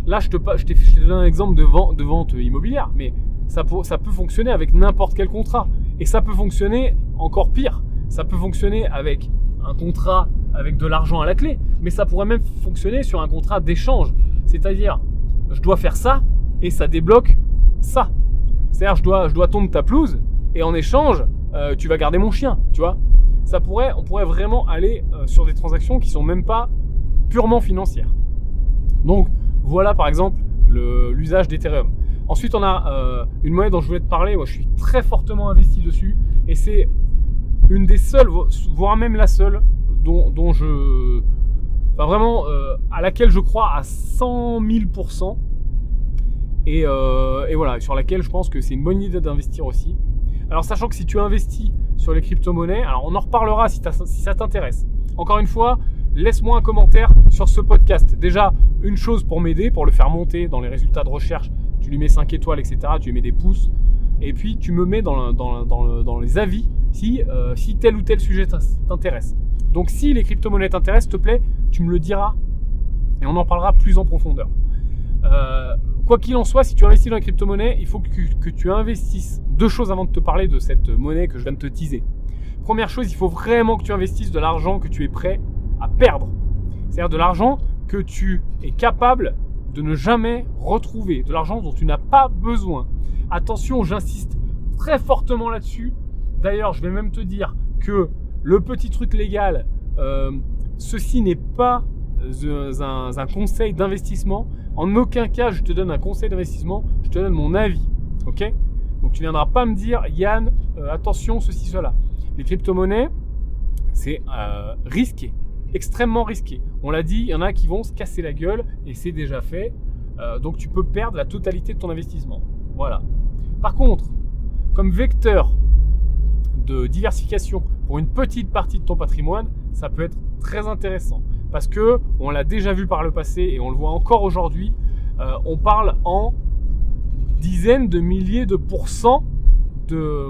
là, je te, je t'ai, je t'ai donné un exemple de vente, de vente immobilière, mais ça peut, ça peut fonctionner avec n'importe quel contrat. Et ça peut fonctionner encore pire. Ça peut fonctionner avec un contrat avec de l'argent à la clé, mais ça pourrait même fonctionner sur un contrat d'échange. C'est-à-dire, je dois faire ça et ça débloque ça. C'est-à-dire, je dois, je dois tondre ta pelouse et en échange, euh, tu vas garder mon chien, tu vois. Ça pourrait, on pourrait vraiment aller euh, sur des transactions qui sont même pas purement financières. Donc, voilà par exemple le, l'usage d'Ethereum. Ensuite, on a euh, une monnaie dont je voulais te parler. Moi, je suis très fortement investi dessus et c'est une des seules, voire même la seule, dont, dont je, enfin vraiment, euh, à laquelle je crois à cent mille pour cent. Et, euh, et voilà, sur laquelle je pense que c'est une bonne idée d'investir aussi. Alors, sachant que si tu investis sur les crypto-monnaies, alors on en reparlera si, si ça t'intéresse. Encore une fois, laisse-moi un commentaire sur ce podcast. Déjà, une chose pour m'aider, pour le faire monter dans les résultats de recherche, tu lui mets cinq étoiles, et cetera. Tu lui mets des pouces. Et puis, tu me mets dans, le, dans, le, dans, le, dans les avis si, euh, si tel ou tel sujet t'intéresse. Donc, si les crypto-monnaies t'intéressent, s'il te plaît, tu me le diras et on en parlera plus en profondeur. Euh, quoi qu'il en soit, si tu investis dans les crypto-monnaies, il faut que, que tu investisses deux choses avant de te parler de cette monnaie que je viens de te teaser. Première chose, il faut vraiment que tu investisses de l'argent que tu es prêt à perdre. C'est-à-dire de l'argent que tu es capable de ne jamais retrouver, de l'argent dont tu n'as pas besoin. Attention, j'insiste très fortement là-dessus. D'ailleurs, je vais même te dire que le petit truc légal, euh, ceci n'est pas un, un conseil d'investissement. En aucun cas, je te donne un conseil d'investissement, je te donne mon avis. Ok ? Donc, tu ne viendras pas me dire, Yann, euh, attention, ceci, cela. Les crypto-monnaies, c'est euh, risqué, extrêmement risqué. On l'a dit, il y en a qui vont se casser la gueule et c'est déjà fait. Euh, donc, tu peux perdre la totalité de ton investissement. Voilà. Par contre, comme vecteur de diversification pour une petite partie de ton patrimoine, ça peut être très intéressant. Parce que on l'a déjà vu par le passé et on le voit encore aujourd'hui, euh, on parle en dizaines de milliers de pourcents de,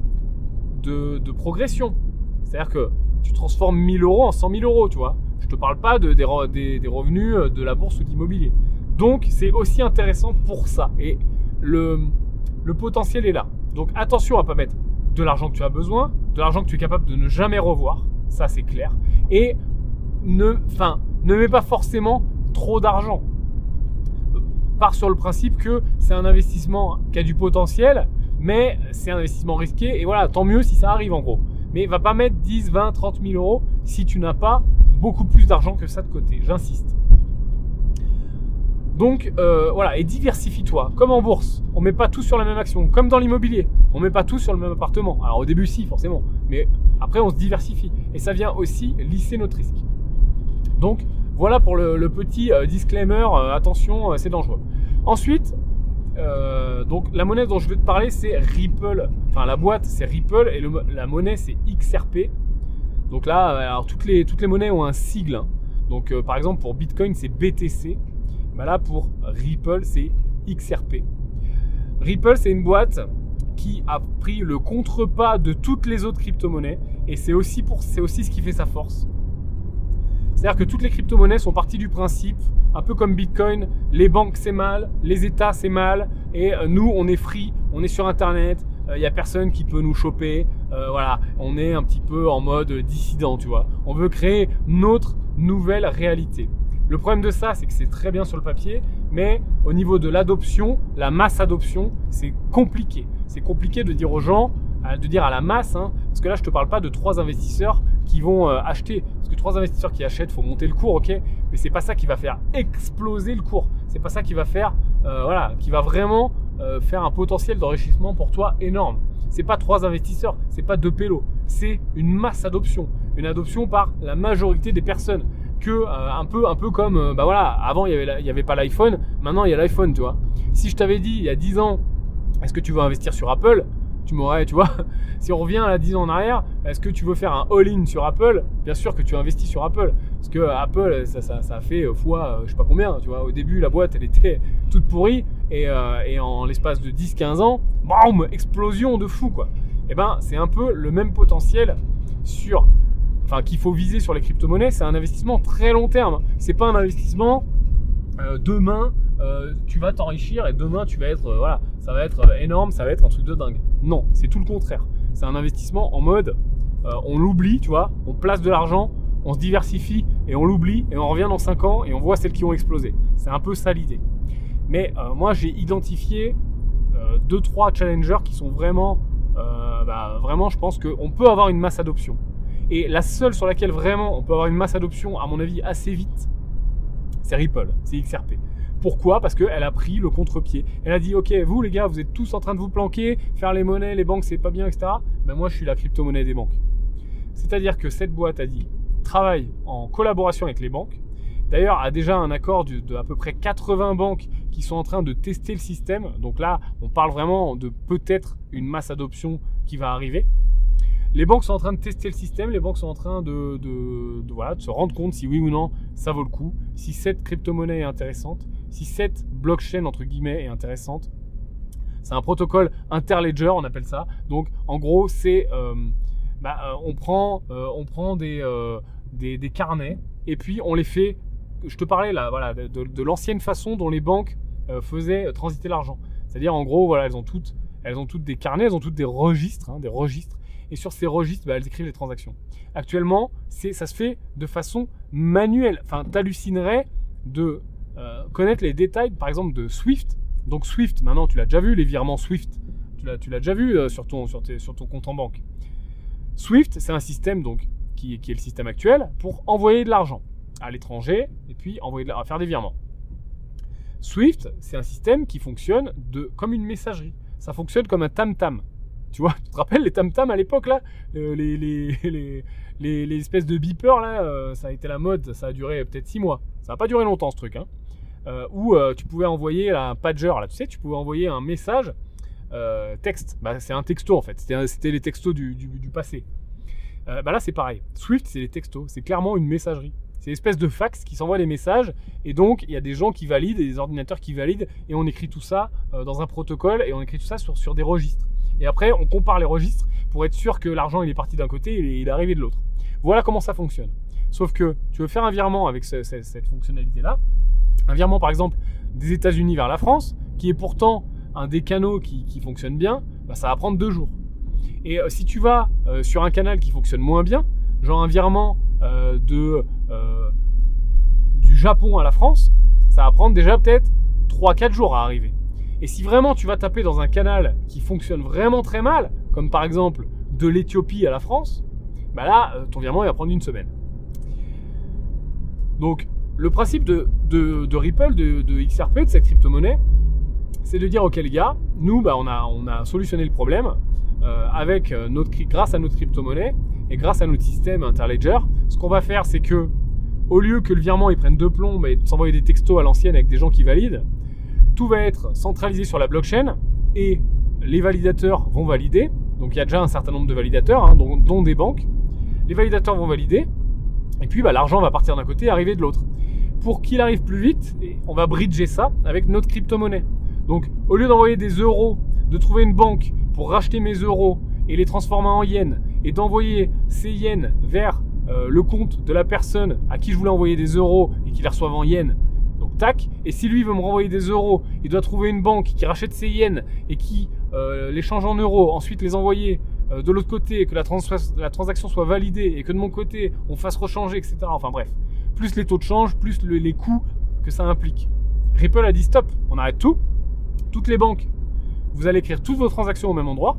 de, de progression. C'est-à-dire que tu transformes mille euros en cent mille euros, tu vois. Je ne te parle pas de, des, des, des revenus de la bourse ou de l'immobilier. Donc, c'est aussi intéressant pour ça. Et le, le potentiel est là. Donc, attention à ne pas mettre de l'argent que tu as besoin, de l'argent que tu es capable de ne jamais revoir. Ça, c'est clair. Et ne, enfin, ne mets pas forcément trop d'argent. Pars sur le principe que c'est un investissement qui a du potentiel, mais c'est un investissement risqué. Et voilà, tant mieux si ça arrive en gros. Mais va pas mettre dix, vingt, trente mille euros si tu n'as pas beaucoup plus d'argent que ça de côté. J'insiste. Donc euh, voilà, et diversifie-toi. Comme en bourse, on ne met pas tout sur la même action. Comme dans l'immobilier, on ne met pas tout sur le même appartement. Alors au début, si, forcément. Mais après, on se diversifie. Et ça vient aussi lisser notre risque. Donc voilà pour le, le petit euh, disclaimer. Euh, attention, euh, c'est dangereux. Ensuite, euh, donc la monnaie dont je vais te parler, c'est Ripple. Enfin, la boîte, c'est Ripple et le, la monnaie, c'est X R P. Donc là, alors toutes les, toutes les monnaies ont un sigle. Hein. Donc euh, par exemple, pour Bitcoin, c'est B T C. Ben là, pour Ripple, c'est X R P. Ripple, c'est une boîte qui a pris le contre-pas de toutes les autres crypto-monnaies. Et c'est aussi, pour, c'est aussi ce qui fait sa force. C'est-à-dire que toutes les crypto-monnaies sont parties du principe, un peu comme Bitcoin, les banques c'est mal, les États c'est mal, et nous on est free, on est sur Internet, il euh, n'y a personne qui peut nous choper, euh, voilà, on est un petit peu en mode dissident, tu vois. On veut créer notre nouvelle réalité. Le problème de ça, c'est que c'est très bien sur le papier, mais au niveau de l'adoption, la masse adoption, c'est compliqué. C'est compliqué de dire aux gens, de dire à la masse, hein, parce que là je te parle pas de trois investisseurs qui vont euh, acheter, parce que trois investisseurs qui achètent, faut monter le cours, ok, mais c'est pas ça qui va faire exploser le cours, c'est pas ça qui va faire, euh, voilà, qui va vraiment euh, faire un potentiel d'enrichissement pour toi énorme. C'est pas trois investisseurs, c'est pas deux pélos, c'est une masse adoption, une adoption par la majorité des personnes. Que euh, un peu un peu comme euh, bah voilà, avant il y avait il y avait pas l'iPhone, maintenant il y a l'iPhone, tu vois. Si je t'avais dit il y a dix ans, est-ce que tu veux investir sur Apple, tu m'aurais, tu vois, si on revient à dix ans en arrière, est-ce que tu veux faire un all-in sur Apple? Bien sûr que tu investis sur Apple, parce que Apple ça ça, ça a fait fois euh, je sais pas combien, tu vois. Au début la boîte elle était toute pourrie et euh, et en l'espace de dix quinze ans, boum, explosion de fou quoi. Et ben c'est un peu le même potentiel sur Enfin, qu'il faut viser sur les crypto-monnaies, c'est un investissement très long terme. C'est pas un investissement euh, demain euh, tu vas t'enrichir et demain tu vas être euh, voilà, ça va être énorme, ça va être un truc de dingue. Non, c'est tout le contraire. C'est un investissement en mode euh, on l'oublie, tu vois, on place de l'argent, on se diversifie et on l'oublie et on revient dans cinq ans et on voit celles qui ont explosé. C'est un peu ça l'idée. Mais euh, moi j'ai identifié euh, deux trois challengers qui sont vraiment euh, bah, vraiment je pense qu'on peut avoir une masse adoption. Et la seule sur laquelle vraiment on peut avoir une masse adoption, à mon avis, assez vite, c'est Ripple, c'est X R P. Pourquoi ? Parce qu'elle a pris le contre-pied. Elle a dit, ok, vous les gars, vous êtes tous en train de vous planquer, faire les monnaies, les banques, c'est pas bien, et cetera. Ben moi, je suis la crypto-monnaie des banques. C'est-à-dire que cette boîte a dit, travaille en collaboration avec les banques. D'ailleurs, a déjà un accord de, de à peu près quatre-vingts banques qui sont en train de tester le système. Donc là, on parle vraiment de peut-être une masse adoption qui va arriver. Les banques sont en train de tester le système, les banques sont en train de, de, de, voilà, de se rendre compte si oui ou non ça vaut le coup, si cette crypto-monnaie est intéressante, si cette blockchain entre guillemets est intéressante. C'est un protocole interledger, on appelle ça. Donc en gros, c'est euh, bah, euh, on prend, euh, on prend des, euh, des, des carnets et puis on les fait. Je te parlais là, voilà, de, de, de l'ancienne façon dont les banques euh, faisaient transiter l'argent. C'est-à-dire en gros, voilà, elles ont toutes, elles ont toutes des carnets, elles ont toutes des registres, hein, des registres. Et sur ces registres, bah, elles écrivent les transactions. Actuellement, c'est, ça se fait de façon manuelle. Enfin, t'hallucinerais de euh, connaître les détails, par exemple, de Swift. Donc Swift, maintenant, tu l'as déjà vu, les virements Swift. Tu l'as, tu l'as déjà vu euh, sur, ton, sur, tes, sur ton compte en banque. Swift, c'est un système donc, qui, qui est le système actuel pour envoyer de l'argent à l'étranger et puis envoyer de, faire des virements. Swift, c'est un système qui fonctionne de, comme une messagerie. Ça fonctionne comme un tam-tam. Tu vois, tu te rappelles les tam-tam à l'époque là, euh, les, les, les, les, les espèces de beepers là, euh, ça a été la mode, ça a duré peut-être six mois. Ça n'a pas duré longtemps ce truc, hein. Euh, où euh, tu pouvais envoyer là, un pager là, tu sais, tu pouvais envoyer un message euh, texte. Bah, c'est un texto en fait, c'était, c'était les textos du, du, du passé. Euh, bah là c'est pareil, Swift c'est les textos, c'est clairement une messagerie. C'est une espèce de fax qui s'envoie des messages et donc il y a des gens qui valident et des ordinateurs qui valident et on écrit tout ça euh, dans un protocole et on écrit tout ça sur, sur des registres. Et après, on compare les registres pour être sûr que l'argent il est parti d'un côté et il est arrivé de l'autre. Voilà comment ça fonctionne. Sauf que tu veux faire un virement avec ce, ce, cette fonctionnalité-là, un virement par exemple des États-Unis vers la France, qui est pourtant un des canaux qui, qui fonctionne bien, bah, ça va prendre deux jours. Et euh, si tu vas euh, sur un canal qui fonctionne moins bien, genre un virement euh, de, euh, du Japon à la France, ça va prendre déjà peut-être trois à quatre jours à arriver. Et si vraiment tu vas taper dans un canal qui fonctionne vraiment très mal, comme par exemple de l'Éthiopie à la France, bah là, ton virement il va prendre une semaine. Donc, le principe de, de, de Ripple, de, de X R P, de cette crypto-monnaie, c'est de dire, ok les gars, nous, bah, on, a, on a solutionné le problème euh, avec notre, grâce à notre crypto-monnaie et grâce à notre système Interledger. Ce qu'on va faire, c'est que, au lieu que le virement il prenne deux plombes et s'envoyer des textos à l'ancienne avec des gens qui valident, tout va être centralisé sur la blockchain et les validateurs vont valider. Donc il y a déjà un certain nombre de validateurs, hein, dont, dont des banques. Les validateurs vont valider et puis bah, l'argent va partir d'un côté et arriver de l'autre. Pour qu'il arrive plus vite, on va bridger ça avec notre crypto-monnaie. Donc au lieu d'envoyer des euros, de trouver une banque pour racheter mes euros et les transformer en yens et d'envoyer ces yens vers euh, le compte de la personne à qui je voulais envoyer des euros et qui les reçoive en yens, donc tac, et si lui veut me renvoyer des euros, il doit trouver une banque qui rachète ses yens et qui euh, les change en euros, ensuite les envoyer euh, de l'autre côté, et que la, trans- la transaction soit validée et que de mon côté on fasse rechanger, et cetera. Enfin bref, plus les taux de change, plus le, les coûts que ça implique. Ripple a dit stop, on arrête tout. Toutes les banques, vous allez écrire toutes vos transactions au même endroit.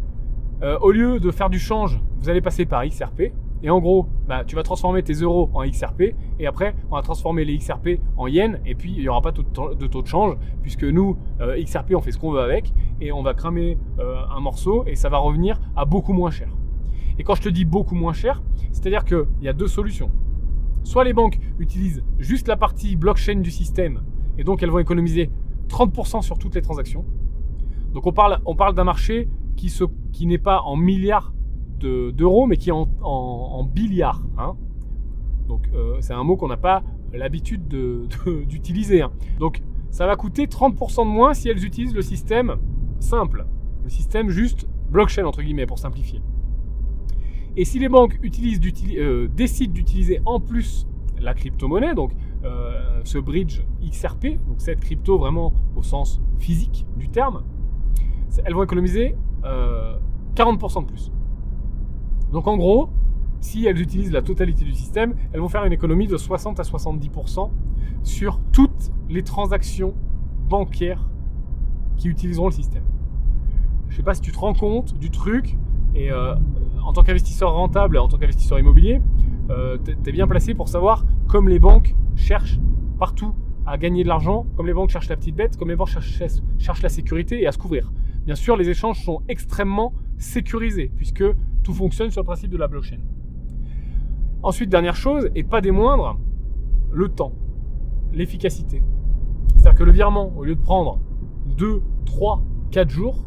Euh, au lieu de faire du change, vous allez passer par X R P. Et en gros, bah, tu vas transformer tes euros en X R P et après, on va transformer les X R P en yens et puis il n'y aura pas de taux de change puisque nous, euh, X R P, on fait ce qu'on veut avec et on va cramer euh, un morceau et ça va revenir à beaucoup moins cher. Et quand je te dis beaucoup moins cher, c'est-à-dire qu'il y a deux solutions. Soit les banques utilisent juste la partie blockchain du système et donc elles vont économiser trente pour cent sur toutes les transactions. Donc on parle, on parle d'un marché qui, se, qui n'est pas en milliards De, d'euros, mais qui est en, en, en billiards. Hein. Donc, euh, c'est un mot qu'on n'a pas l'habitude de, de, d'utiliser. Hein. Donc, ça va coûter trente pour cent de moins si elles utilisent le système simple. Le système juste blockchain, entre guillemets, pour simplifier. Et si les banques utilisent, euh, décident d'utiliser en plus la crypto-monnaie, donc euh, ce bridge X R P, donc cette crypto vraiment au sens physique du terme, elles vont économiser euh, quarante pour cent de plus. Donc en gros, si elles utilisent la totalité du système, elles vont faire une économie de soixante à soixante-dix pour cent sur toutes les transactions bancaires qui utiliseront le système. Je ne sais pas si tu te rends compte du truc, et euh, en tant qu'investisseur rentable, en tant qu'investisseur immobilier, euh, tu es bien placé pour savoir, comme les banques cherchent partout à gagner de l'argent, comme les banques cherchent la petite bête, comme les banques cherchent, cherchent la sécurité et à se couvrir. Bien sûr, les échanges sont extrêmement sécurisés, puisque tout fonctionne sur le principe de la blockchain. Ensuite, dernière chose, et pas des moindres, le temps, l'efficacité. C'est-à-dire que le virement, au lieu de prendre deux, trois, quatre jours,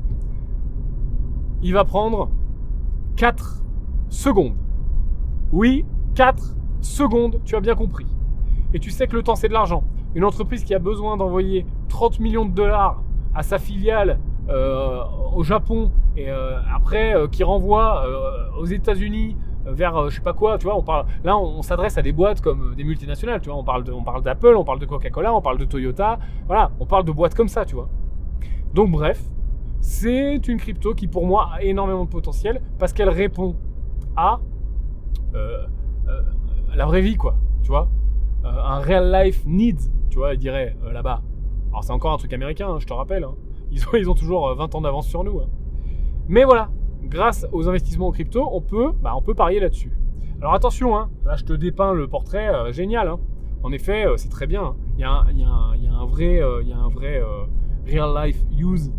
il va prendre quatre secondes. Oui, quatre secondes, tu as bien compris. Et tu sais que le temps, c'est de l'argent. Une entreprise qui a besoin d'envoyer trente millions de dollars à sa filiale euh, au Japon et euh, après euh, qui renvoie euh, aux États-Unis vers euh, je sais pas quoi, tu vois, on parle là on, on s'adresse à des boîtes comme des multinationales, tu vois, on parle de, on parle d'Apple, on parle de Coca-Cola, on parle de Toyota, voilà, on parle de boîtes comme ça, tu vois. Donc bref, c'est une crypto qui pour moi a énormément de potentiel parce qu'elle répond à euh, euh, la vraie vie, quoi, tu vois, euh, un real life need, tu vois, il dirait euh, là-bas. Alors c'est encore un truc américain, hein, je te rappelle, hein. Ils ont, ils ont toujours vingt ans d'avance sur nous, hein. Mais voilà, grâce aux investissements en crypto, on peut, bah, on peut parier là-dessus. Alors attention, hein, là je te dépeins le portrait euh, génial, hein. En effet, euh, c'est très bien, hein. Il y a un, il y a un, il y a un vrai, euh, il y a un vrai euh, real life use,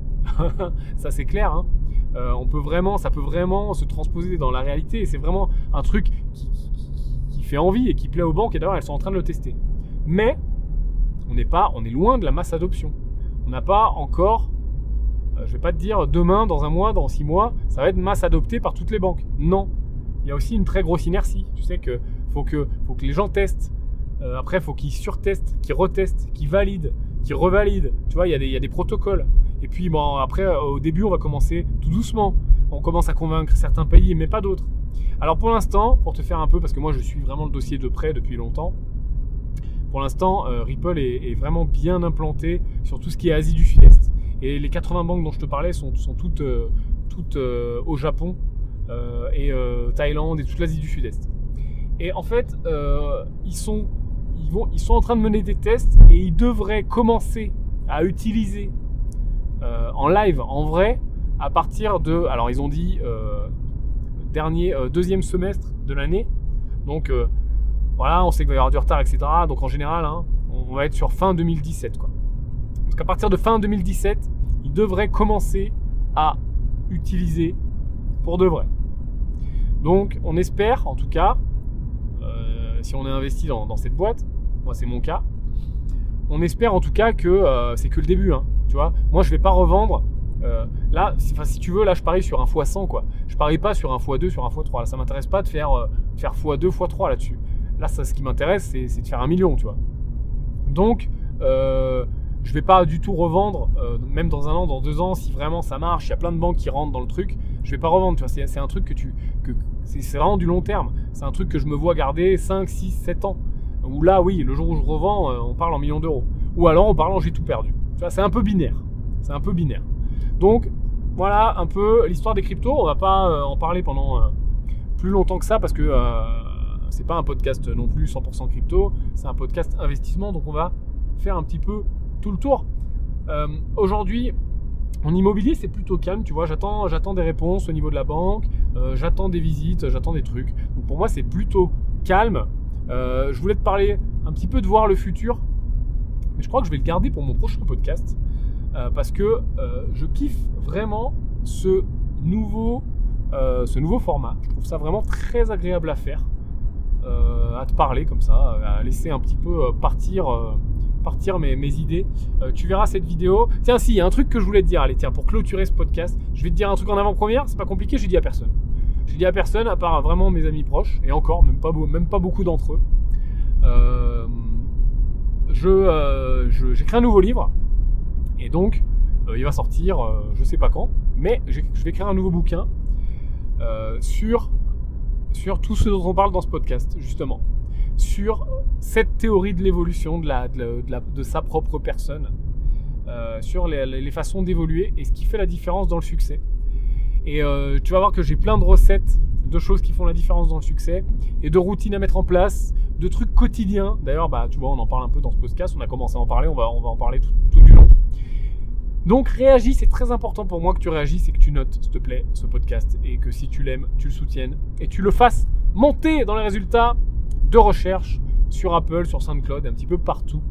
ça c'est clair, hein. Euh, on peut vraiment, ça peut vraiment se transposer dans la réalité, et c'est vraiment un truc qui, qui, qui, qui fait envie et qui plaît aux banques, et d'ailleurs elles sont en train de le tester. Mais on n'est pas, on est loin de la masse adoption. On n'a pas encore, euh, je vais pas te dire demain, dans un mois, dans six mois, ça va être masse adoptée par toutes les banques. Non, il y a aussi une très grosse inertie. Tu sais que faut que, faut que les gens testent. Euh, après, il faut qu'ils surtestent, qu'ils retestent, qu'ils valident, qu'ils revalident. Tu vois, il y a des, il y a des protocoles. Et puis, bon, après, euh, au début, on va commencer tout doucement. On commence à convaincre certains pays, mais pas d'autres. Alors pour l'instant, pour te faire un peu, parce que moi je suis vraiment le dossier de près depuis longtemps. Pour l'instant, euh, Ripple est, est vraiment bien implanté sur tout ce qui est Asie du Sud-Est. Et les quatre-vingts banques dont je te parlais sont, sont toutes, euh, toutes euh, au Japon euh, et euh, Thaïlande et toute l'Asie du Sud-Est. Et en fait, euh, ils, sont, ils, vont, ils sont en train de mener des tests et ils devraient commencer à utiliser euh, en live, en vrai, à partir de... Alors ils ont dit euh, dernier, euh, deuxième semestre de l'année. Donc... Euh, Voilà, on sait qu'il va y avoir du retard, et cetera. Donc en général, hein, on va être sur fin deux mille dix-sept, quoi. Donc à partir de fin deux mille dix-sept, ils devraient commencer à utiliser pour de vrai. Donc on espère, en tout cas, euh, si on est investi dans, dans cette boîte, moi c'est mon cas, on espère en tout cas que euh, c'est que le début, hein, tu vois. Moi je vais pas revendre. Euh, là, si, si tu veux, là je parie sur un fois cent, quoi. Je parie pas sur un fois deux, sur un fois trois. Là, ça m'intéresse pas de faire, euh, faire fois deux, fois trois là-dessus. Là, ça, ce qui m'intéresse, c'est, c'est de faire un million, tu vois. Donc, euh, je vais pas du tout revendre, euh, même dans un an, dans deux ans, si vraiment ça marche, il y a plein de banques qui rentrent dans le truc, je vais pas revendre, tu vois. C'est, c'est un truc que tu, que c'est, c'est vraiment du long terme. C'est un truc que je me vois garder cinq, six, sept ans. Où là, oui, le jour où je revends, euh, on parle en millions d'euros. Ou alors, on parle en j'ai tout perdu. Tu vois, c'est un peu binaire. C'est un peu binaire. Donc, voilà un peu l'histoire des cryptos. On va pas euh, en parler pendant euh, plus longtemps que ça parce que euh, c'est pas un podcast non plus cent pour cent crypto, c'est un podcast investissement, donc on va faire un petit peu tout le tour. Euh, aujourd'hui, en immobilier, c'est plutôt calme, tu vois, j'attends, j'attends des réponses au niveau de la banque, euh, j'attends des visites, j'attends des trucs. Donc pour moi, c'est plutôt calme. Euh, je voulais te parler un petit peu de voir le futur, mais je crois que je vais le garder pour mon prochain podcast, euh, parce que euh, je kiffe vraiment ce nouveau, euh, ce nouveau format. Je trouve ça vraiment très agréable à faire. Euh, à te parler comme ça, à laisser un petit peu euh, partir, euh, partir mes, mes idées. Euh, tu verras cette vidéo. Tiens, si, il y a un truc que je voulais te dire. Allez, tiens, pour clôturer ce podcast, je vais te dire un truc en avant-première. C'est pas compliqué, j'ai dit à personne. J'ai dit à personne, à part vraiment mes amis proches, et encore, même pas, même pas beaucoup d'entre eux. Euh, je, euh, je, j'ai créé un nouveau livre, et donc, euh, il va sortir, euh, je sais pas quand, mais j'ai, je vais créer un nouveau bouquin euh, sur... sur tout ce dont on parle dans ce podcast, justement. sur cette théorie de l'évolution de, la, de, la, de, la, de sa propre personne, euh, sur les, les façons d'évoluer et ce qui fait la différence dans le succès. Et euh, tu vas voir que j'ai plein de recettes, de choses qui font la différence dans le succès, et de routines à mettre en place, de trucs quotidiens. D'ailleurs, bah, tu vois, on en parle un peu dans ce podcast, on a commencé à en parler, on va, on va en parler tout, tout du long. Donc réagis, c'est très important pour moi que tu réagisses et que tu notes, s'il te plaît, ce podcast, et que si tu l'aimes, tu le soutiennes, et tu le fasses monter dans les résultats de recherche sur Apple, sur SoundCloud, un petit peu partout.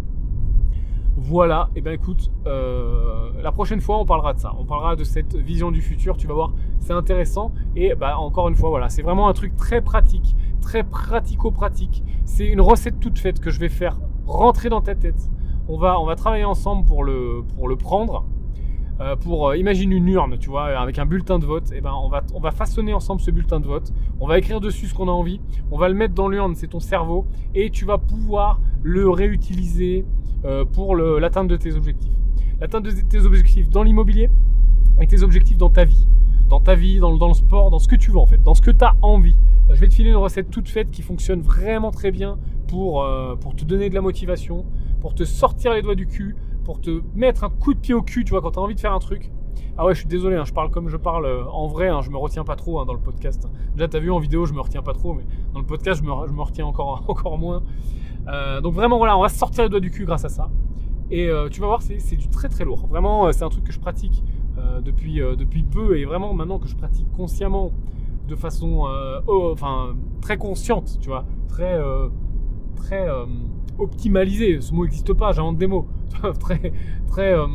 Voilà, et bien écoute, euh, la prochaine fois on parlera de ça, on parlera de cette vision du futur, tu vas voir, c'est intéressant, et bah, encore une fois, voilà, c'est vraiment un truc très pratique, très pratico-pratique, c'est une recette toute faite que je vais faire rentrer dans ta tête, on va, on va travailler ensemble pour le, pour le prendre, euh, pour, euh, imagine une urne, tu vois, avec un bulletin de vote, et ben on va, on va façonner ensemble ce bulletin de vote, on va écrire dessus ce qu'on a envie, on va le mettre dans l'urne, c'est ton cerveau, et tu vas pouvoir le réutiliser euh, pour le, l'atteinte de tes objectifs. L'atteinte de tes objectifs dans l'immobilier et tes objectifs dans ta vie. Dans ta vie, dans, dans le sport, dans ce que tu veux en fait, dans ce que tu as envie. Je vais te filer une recette toute faite qui fonctionne vraiment très bien pour, euh, pour te donner de la motivation, pour te sortir les doigts du cul, pour te mettre un coup de pied au cul, tu vois, quand tu as envie de faire un truc. Ah ouais, je suis désolé, hein, je parle comme je parle euh, en vrai, hein, je me retiens pas trop hein, dans le podcast. Déjà, tu as vu en vidéo, je me retiens pas trop, mais dans le podcast, je me, je me retiens encore, encore moins. Euh, donc vraiment, voilà, on va se sortir les doigts du cul grâce à ça. Et euh, tu vas voir, c'est, c'est du très très lourd. Vraiment, euh, c'est un truc que je pratique euh, depuis, euh, depuis peu, et vraiment maintenant que je pratique consciemment, de façon euh, oh, enfin, très consciente, tu vois, très, euh, très euh, optimalisée. Ce mot n'existe pas, j'invente des mots. très, très, euh,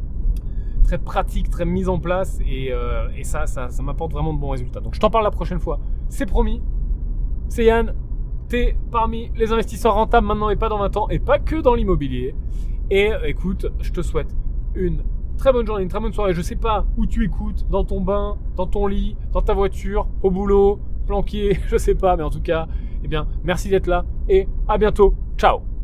très pratique, très mise en place, et, euh, et ça, ça, ça m'apporte vraiment de bons résultats. Donc je t'en parle la prochaine fois, c'est promis. C'est Yann, t'es parmi les investisseurs rentables maintenant et pas dans vingt ans, et pas que dans l'immobilier. Et écoute, je te souhaite une très bonne journée, une très bonne soirée. Je sais pas où tu écoutes, dans ton bain, dans ton lit, dans ta voiture, au boulot, planqué, je sais pas, mais en tout cas, eh bien, merci d'être là et à bientôt. Ciao.